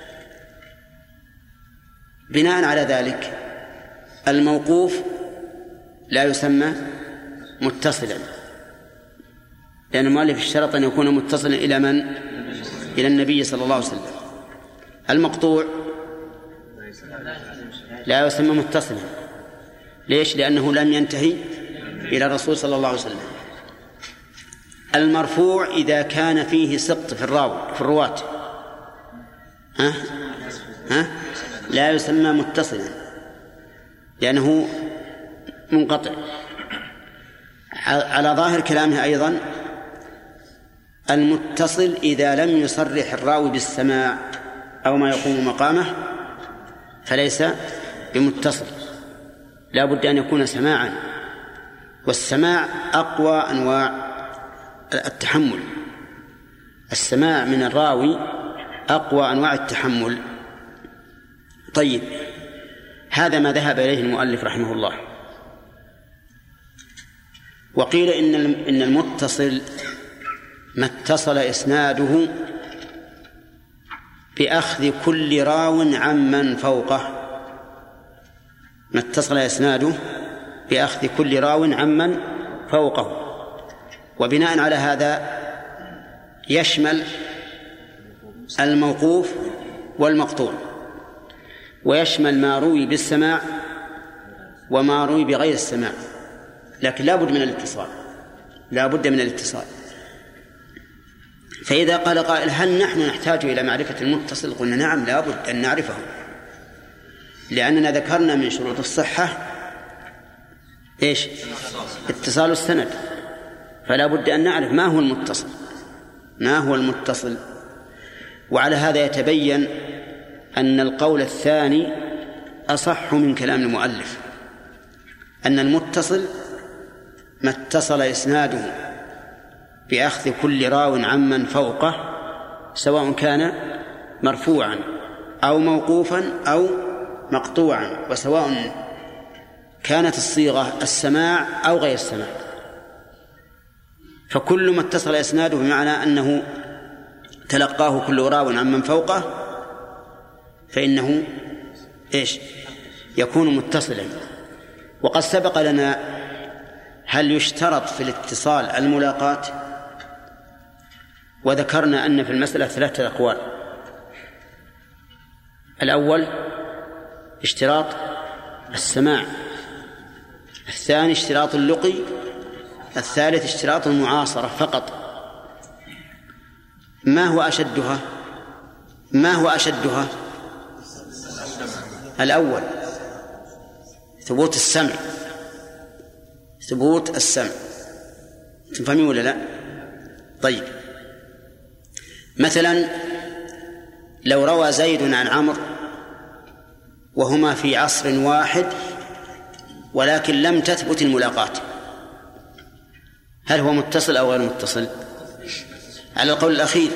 بناء على ذلك الموقوف لا يسمى متصلا، لأن المؤلف اشترط أن يكون متصلا إلى من؟ إلى النبي صلى الله عليه وسلم. المقطوع لا يسمى متصلا. ليش؟ لأنه لم ينتهي إلى الرسول صلى الله عليه وسلم. المرفوع إذا كان فيه سقط في الرواة لا يسمى متصلا لأنه منقطع. على ظاهر كلامه أيضا المتصل إذا لم يصرح الراوي بالسماع أو ما يقوم مقامه فليس بمتصل، لا بد أن يكون سماعا، والسماع أقوى أنواع التحمل. السماع من الراوي أقوى أنواع التحمل. طيب، هذا ما ذهب إليه المؤلف رحمه الله. وقيل إن المتصل ما اتصل إسناده بأخذ كل راو عمن فوقه. ما اتصل إسناده بأخذ كل راو عمن فوقه. وبناء على هذا يشمل الموقوف والمقطوع، ويشمل ما روي بالسماع وما روي بغير السماع، لكن لا بد من الاتصال. فإذا قال قائل: هل نحن نحتاج إلى معرفة المتصل؟ قلنا: نعم، لا بد أن نعرفه، لأننا ذكرنا من شروط الصحة إيش؟ اتصال السند، فلا بد أن نعرف ما هو المتصل. وعلى هذا يتبين أن القول الثاني أصح من كلام المؤلف، أن المتصل ما اتصل إسناده بأخذ كل راو عمن فوقه، سواء كان مرفوعا أو موقوفا أو مقطوعا، وسواء كانت الصيغة السماع أو غير السماع. فكل ما اتصل إسناده بمعنى أنه تلقاه كل راو عمن فوقه فإنه إيش؟ يكون متصلا. وقد سبق لنا هل يشترط في الاتصال الملاقاة، وذكرنا أن في المسألة 3 أقوال. الأول اشتراط السماع، الثاني اشتراط اللقي، الثالث اشتراط المعاصرة فقط. ما هو أشدها؟ الأول ثبوت السمع. تفهمين ولا لا؟ طيب، مثلا لو روى زيد عن عمرو وهما في عصر واحد ولكن لم تثبت الملاقاة، هل هو متصل أو غير متصل؟ على القول الأخير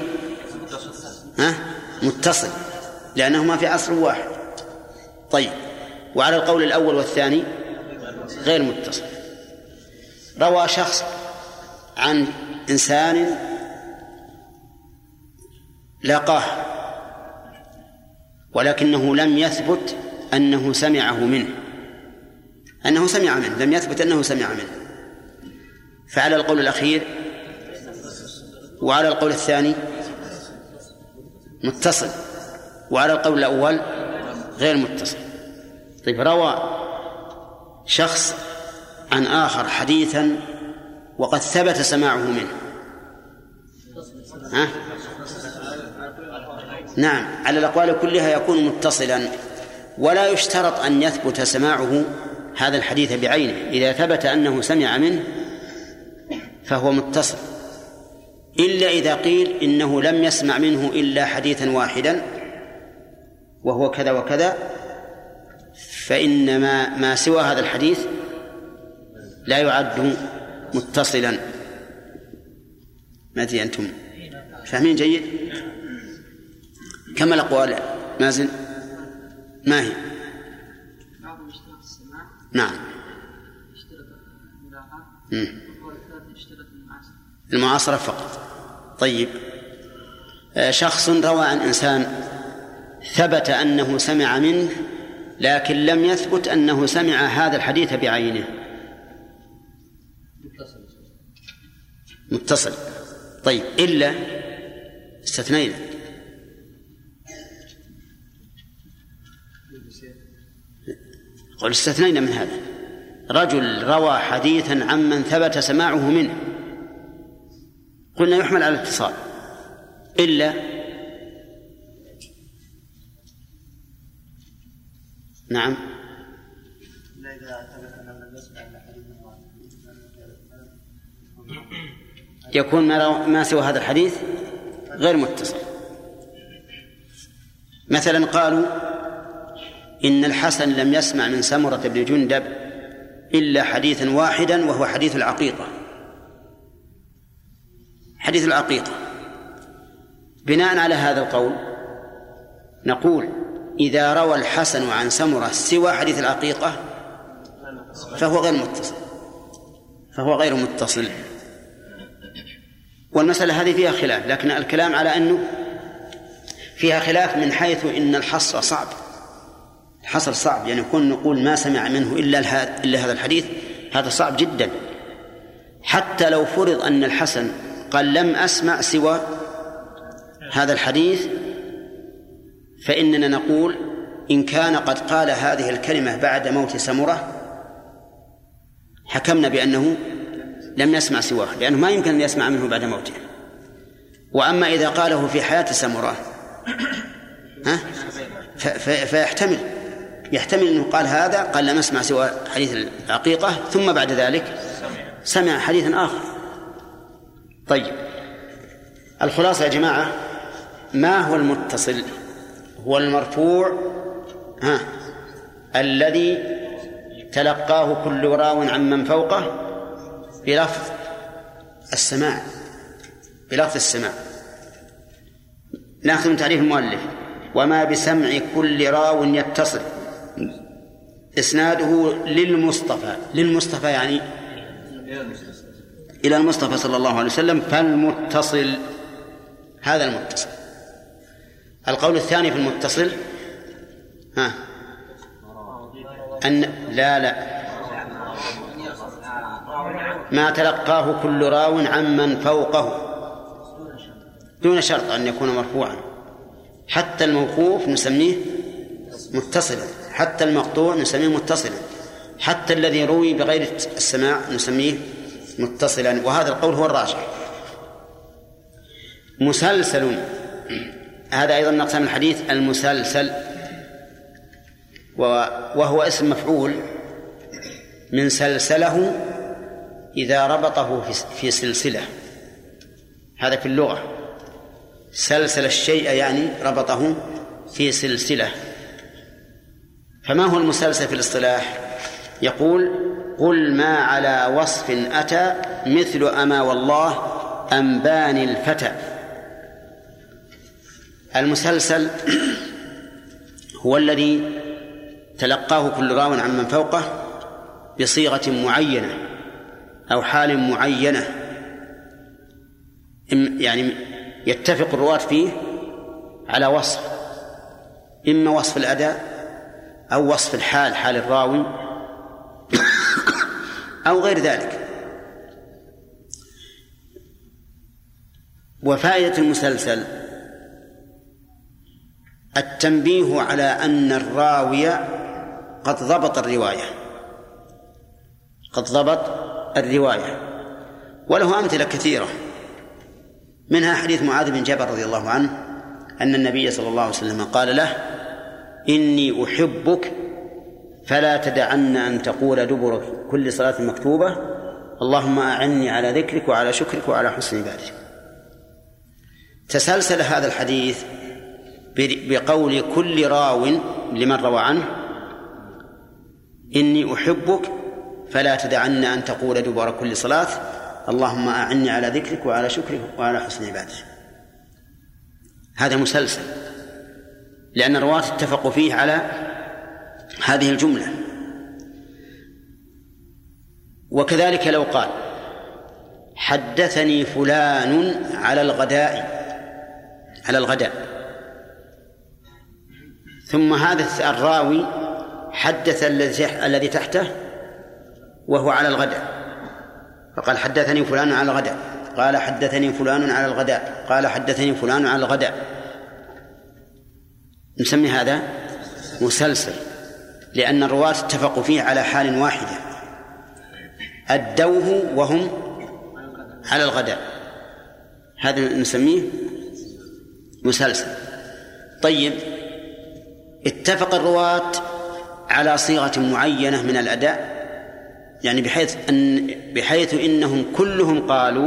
متصل، لأنهما في عصر واحد. طيب، وعلى القول الأول والثاني غير متصل. روى شخص عن إنسان لاقاه ولكنه لم يثبت أنه سمعه منه، لم يثبت أنه سمع منه، فعلى القول الأخير. وعلى القول الثاني متصل، وعلى القول الأول غير متصل. طيب، روى شخص عن آخر حديثا وقد ثبت سماعه منه، نعم، على الأقوال كلها يكون متصلا، ولا يشترط أن يثبت سماعه هذا الحديث بعينه. إذا ثبت أنه سمع منه فهو متصل، إلا إذا قيل إنه لم يسمع منه إلا حديثا واحدا وهو كذا وكذا، فإن ما سوى هذا الحديث لا يعد متصلا. ما أدري أنتم فاهمين جيد؟ كما الأقوال مازن ما هي؟ نعم، المعاصرة فقط. طيب، شخص روى عن إنسان ثبت أنه سمع منه لكن لم يثبت أنه سمع هذا الحديث بعينه، متصل. طيب، إلا استثنينا، قل استثنينا من هذا. رجل روى حديثا عمن ثبت سماعه منه، قلنا يحمل على الاتصال، إلا نعم يكون ما سوى هذا الحديث غير متصل. مثلا قالوا إن الحسن لم يسمع من سمرة بن جندب إلا حديثا واحدا وهو حديث العقيقة. حديث العقيقة، بناء على هذا القول نقول إذا روى الحسن عن سمرة سوى حديث العقيقة فهو غير متصل. والمسألة هذه فيها خلاف، لكن الكلام على أنه فيها خلاف من حيث إن الحصر صعب. الحصر صعب، يعني يكون نقول ما سمع منه إلا هذا الحديث، هذا صعب جدا. حتى لو فرض أن الحسن قال لم أسمع سوى هذا الحديث، فإننا نقول إن كان قد قال هذه الكلمة بعد موت سمرة حكمنا بأنه لم يسمع سواه، لأنه ما يمكن أن يسمع منه بعد موته. وأما إذا قاله في حياة سمرة فيحتمل أنه قال هذا، قال لم أسمع سوى حديث العقيقة، ثم بعد ذلك سمع حديثا آخر. طيب، الخلاصة يا جماعة، ما هو المتصل؟ هو المرفوع الذي تلقاه كل راو عمن فوقه بلفظ السماع. نأخذ من تعريف المؤلف: وما بسمع كل راو يتصل إسناده للمصطفى يعني إلى المصطفى صلى الله عليه وسلم، فالمتصل هذا المتصل. القول الثاني في المتصل أن لا ما تلقاه كل راو عمن فوقه دون شرط أن يكون مرفوعا. حتى الموقوف نسميه متصلا، حتى المقطوع نسميه متصلا، حتى الذي روي بغير السماع نسميه متصلا، وهذا القول هو الراجح. مسلسل، هذا أيضا من أقسام الحديث المسلسل، وهو اسم مفعول من سلسله إذا ربطه في سلسلة. هذا في اللغة، سلسل الشيء يعني ربطه في سلسلة. فما هو المسلسل في الاصطلاح؟ يقول: قل ما على وصف أتى مثل أما والله أنبان الفتى. المسلسل هو الذي تلقاه كل راو عمن فوقه بصيغة معينة أو حال معينة يعني يتفق الرواة فيه على وصف، إما وصف الأداء أو وصف الحال، حال الراوي أو غير ذلك. وفائدة المسلسل التنبيه على أن الراوي قد ضبط الرواية، وله أمثلة كثيرة، منها حديث معاذ بن جبل رضي الله عنه أن النبي صلى الله عليه وسلم قال له: إني أحبك فلا تدعن أن تقول دبر كل صلاة مكتوبة اللهم أعني على ذكرك وعلى شكرك وعلى حسن عبادتك. تسلسل هذا الحديث بقول كل راو لمن روى عنه: إني أحبك فلا تدعن أن تقول دبر كل صلاة اللهم أعني على ذكرك وعلى شكرك وعلى حسن عبادتك. هذا مسلسل لأن الرواة اتفقوا فيه على هذه الجملة. وكذلك لو قال: حدثني فلان على الغداء، ثم هذا الراوي حدث الذي تحته وهو على الغداء، فقال: حدثني فلان على الغداء، قال: حدثني فلان على الغداء، قال: حدثني فلان على الغداء، نسمي هذا مسلسل، لأن الرواة اتفقوا فيه على حال واحدة، أدوه وهم على الغداء، هذا نسميه مسلسل. طيب، اتفق الرواة على صيغة معينة من الأداء، يعني بحيث إنهم كلهم قالوا: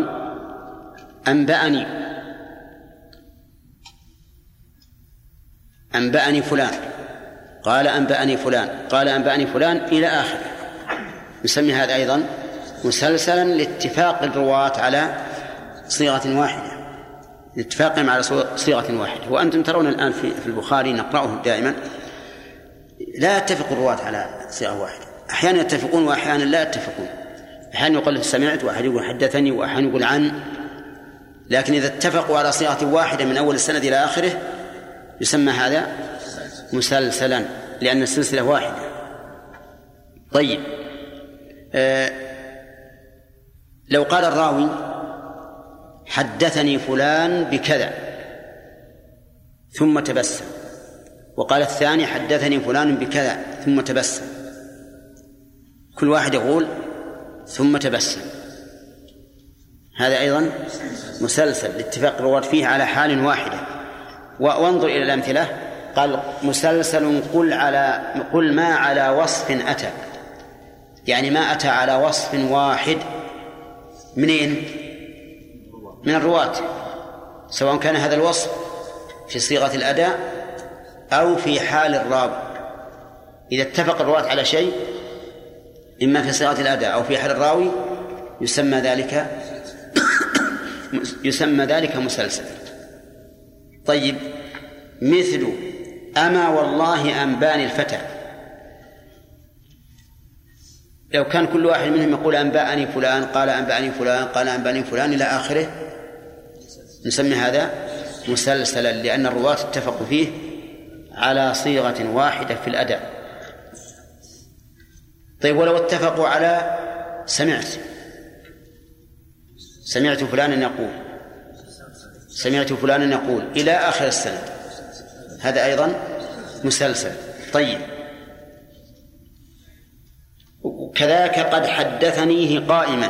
أنبأني فلان، قال أنبأني فلان، قال أنبأني فلان، إلى آخره. نسمي هذا أيضا مسلسلا لاتفاق الرواة على صيغة واحدة، لاتفاقهم على صيغة واحدة. وأنتم ترون الآن في البخاري نقرأه دائما لا يتفق الرواة على صيغة واحدة، أحيانا يتفقون وأحيانا لا يتفقون، أحيانا يقول سمعت، وأحيانا يقول حدثني، وأحيانا يقول عن. لكن إذا اتفقوا على صيغة واحدة من أول السند إلى آخره يسمى هذا مسلسلا، لأن السلسلة واحدة. طيب، لو قال الراوي: حدثني فلان بكذا ثم تبسم، وقال الثاني: حدثني فلان بكذا ثم تبسم، كل واحد يقول ثم تبسم، هذا أيضا مسلسل لاتفاق الرواة فيه على حال واحدة. وانظر إلى الأمثلة، قال: مسلسل قل ما على وصف أتى، يعني ما أتى على وصف واحد منين؟ من الرواة، سواء كان هذا الوصف في صيغة الأداء أو في حال الراوي. إذا اتفق الرواة على شيء إما في صيغة الأداء أو في حال الراوي يسمى ذلك مسلسل. طيب، مثل أما والله أنباني الفتى، لو كان كل واحد منهم يقول أنبأني فلان، قال أنبأني فلان، قال أنبأني فلان، إلى آخره، نسمي هذا مسلسلا، لأن الرواة اتفقوا فيه على صيغة واحدة في الأداء. طيب، ولو اتفقوا على سمعت فلانا يقول، سمعت فلانا يقول، إلى آخر السند، هذا أيضا مسلسل. طيب، كذاك قد حدثنيه قائما،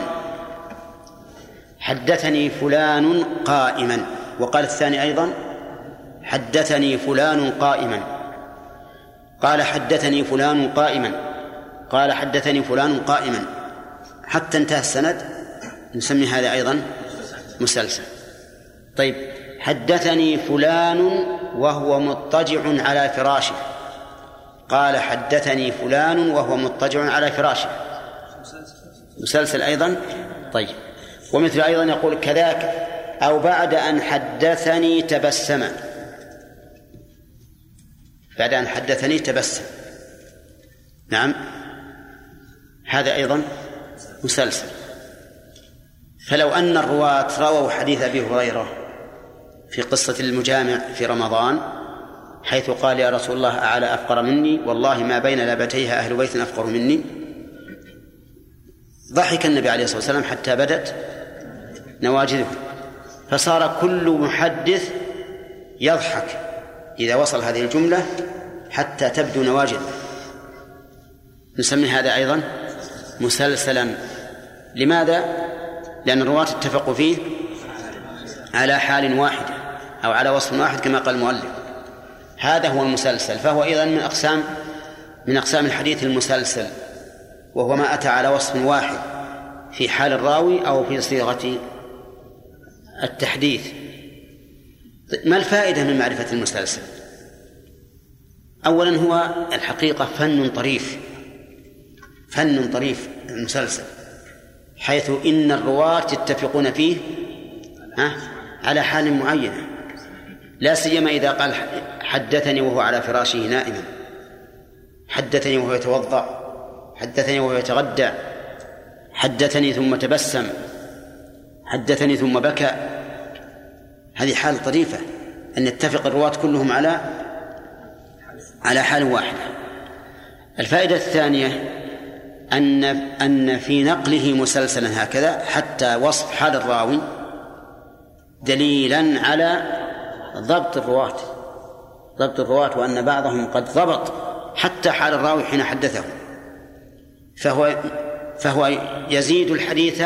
حدثني فلان قائما، وقال الثاني أيضا: حدثني فلان قائما، قال: حدثني فلان قائما، قال: حدثني فلان قائما، حتى انتهى السند، نسمي هذا أيضا مسلسل. طيب، حدثني فلان وهو مضطجع على فراشه، قال: حدثني فلان وهو مضطجع على فراشه، مسلسل أيضا. طيب، ومثل أيضا يقول: كذاك أو بعد أن حدثني تبسم، بعد أن حدثني تبسم، نعم، هذا أيضا مسلسل. فلو أن الرواة رووا حديث أبي هريرة في قصة المجامع في رمضان حيث قال يا رسول الله أعلى أفقر مني والله ما بين لابتيها أهل بيت أفقر مني، ضحك النبي عليه الصلاة والسلام حتى بدت نواجذه، فصار كل محدث يضحك إذا وصل هذه الجملة حتى تبدو نواجذه. نسمي هذا أيضا مسلسلا. لماذا؟ لأن الرواة اتفقوا فيه على حال واحدة أو على وصف واحد كما قال المؤلف. هذا هو المسلسل، فهو أيضا من أقسام الحديث المسلسل، وهو ما أتى على وصف واحد في حال الراوي أو في صيغة التحديث. ما الفائدة من معرفة المسلسل؟ أولا هو الحقيقة فن طريف المسلسل، حيث إن الرواة يتفقون فيه على حال معينة، لا سيما إذا قال حدثني وهو على فراشه نائما، حدثني وهو يتوضأ، حدثني وهو يتغدى، حدثني ثم تبسم، حدثني ثم بكى. هذه حال طريفة أن يتفق الرواة كلهم على حال واحدة. الفائدة الثانية أن في نقله مسلسلا هكذا حتى وصف حال الراوي دليلا على ضبط الرواة وأن بعضهم قد ضبط حتى حال الراوي حين حدثه، فهو يزيد الحديث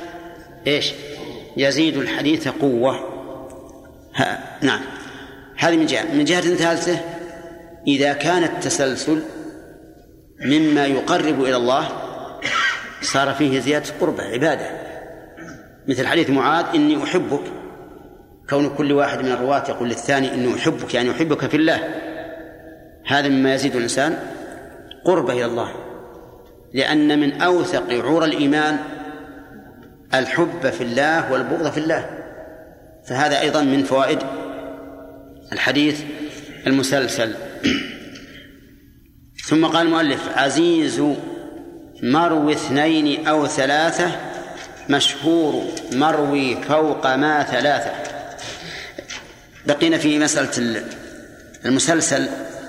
يزيد الحديث قوة. نعم، هذه من جهة ثالثة إذا كان التسلسل مما يقرب إلى الله صار فيه زيادة قربة عبادة، مثل حديث معاذ إني أحبك، كون كل واحد من الرواة يقول للثاني إنه أحبك يعني أحبك في الله، هذا مما يزيد الإنسان قربة إلى الله، لأن من أوثق عرى الإيمان الحب في الله والبغض في الله، فهذا أيضا من فوائد الحديث المسلسل. ثم قال المؤلف عزيز مروي 2 أو 3، مشهور مروي فوق ما 3. بقينا في مسألة المسلسل،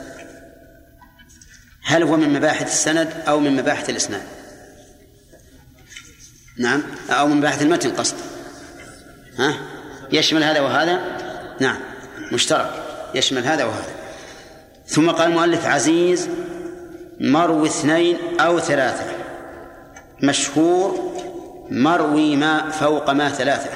هل هو من مباحث السند أو من مباحث الإسناد؟ نعم، أو من مباحث المتن قصد، يشمل هذا وهذا، نعم مشترك يشمل هذا وهذا. ثم قال المؤلف عزيز مروي 2 أو 3، مشهور مروي ما فوق ما 3.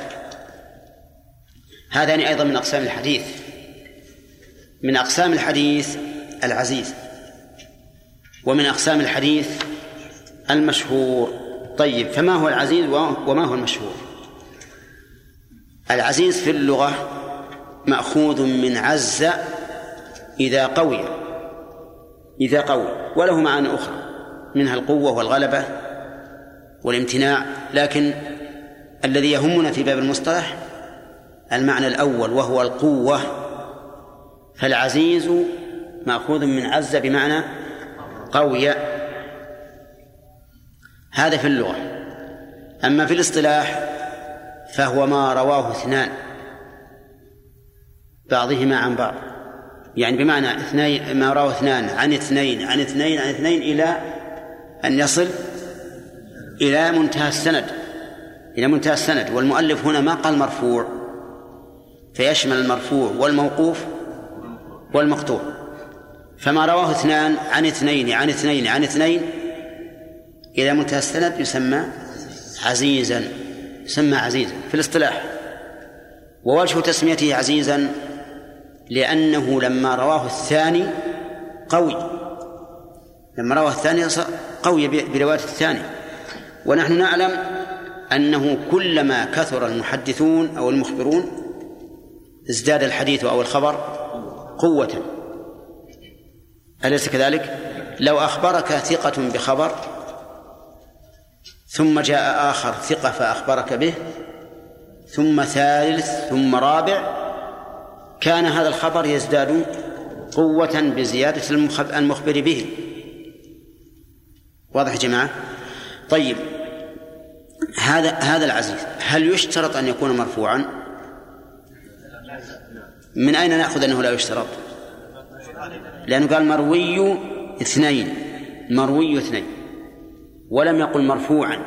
هذان أيضا من أقسام الحديث، من أقسام الحديث العزيز، ومن أقسام الحديث المشهور. طيب، فما هو العزيز وما هو المشهور؟ العزيز في اللغة مأخوذ من عز إذا قوي، وله معاني أخرى منها القوة والغلبة والامتناع، لكن الذي يهمنا في باب المصطلح المعنى الأول وهو القوة. فالعزيز مأخوذ من عز بمعنى قوي، هذا في اللغة. أما في الاصطلاح فهو ما رواه 2 بعضهما عن بعض، يعني بمعنى ما رواه 2 عن 2 عن 2 عن 2 إلى أن يصل إلى منتهى السند. والمؤلف هنا ما قال مرفوع، فيشمل المرفوع والموقوف والمقطوع. فما رواه 2 عن 2 عن 2 عن 2 إلى منتهى السند يسمى عزيزا في الاصطلاح. ووجه تسميته عزيزا لأنه لما رواه الثاني قوي برواية الثاني. ونحن نعلم أنه كلما كثر المحدثون أو المخبرون ازداد الحديث أو الخبر قوة، أليس كذلك؟ لو أخبرك ثقة بخبر ثم جاء آخر ثقة فأخبرك به ثم ثالث ثم رابع، كان هذا الخبر يزداد قوة بزيادة المخبر به. واضح يا جماعة؟ طيب، هذا العزيز هل يشترط أن يكون مرفوعا؟ من أين نأخذ أنه لا يشترط؟ لأنه قال مروي اثنين ولم يقل مرفوعا،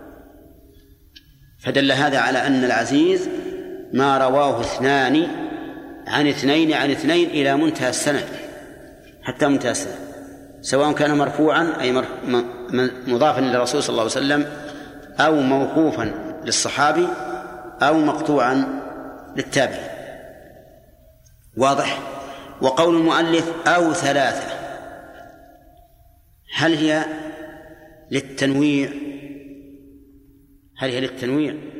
فدل هذا على أن العزيز ما رواه اثنان عن اثنين إلى منتهى السند، حتى منتهى السند، سواء كان مرفوعا أي مضافا للرسول صلى الله عليه وسلم أو موقوفا للصحابي أو مقطوعا للتابعي. واضح؟ وقول المؤلف أو ثلاثة هل هي للتنويع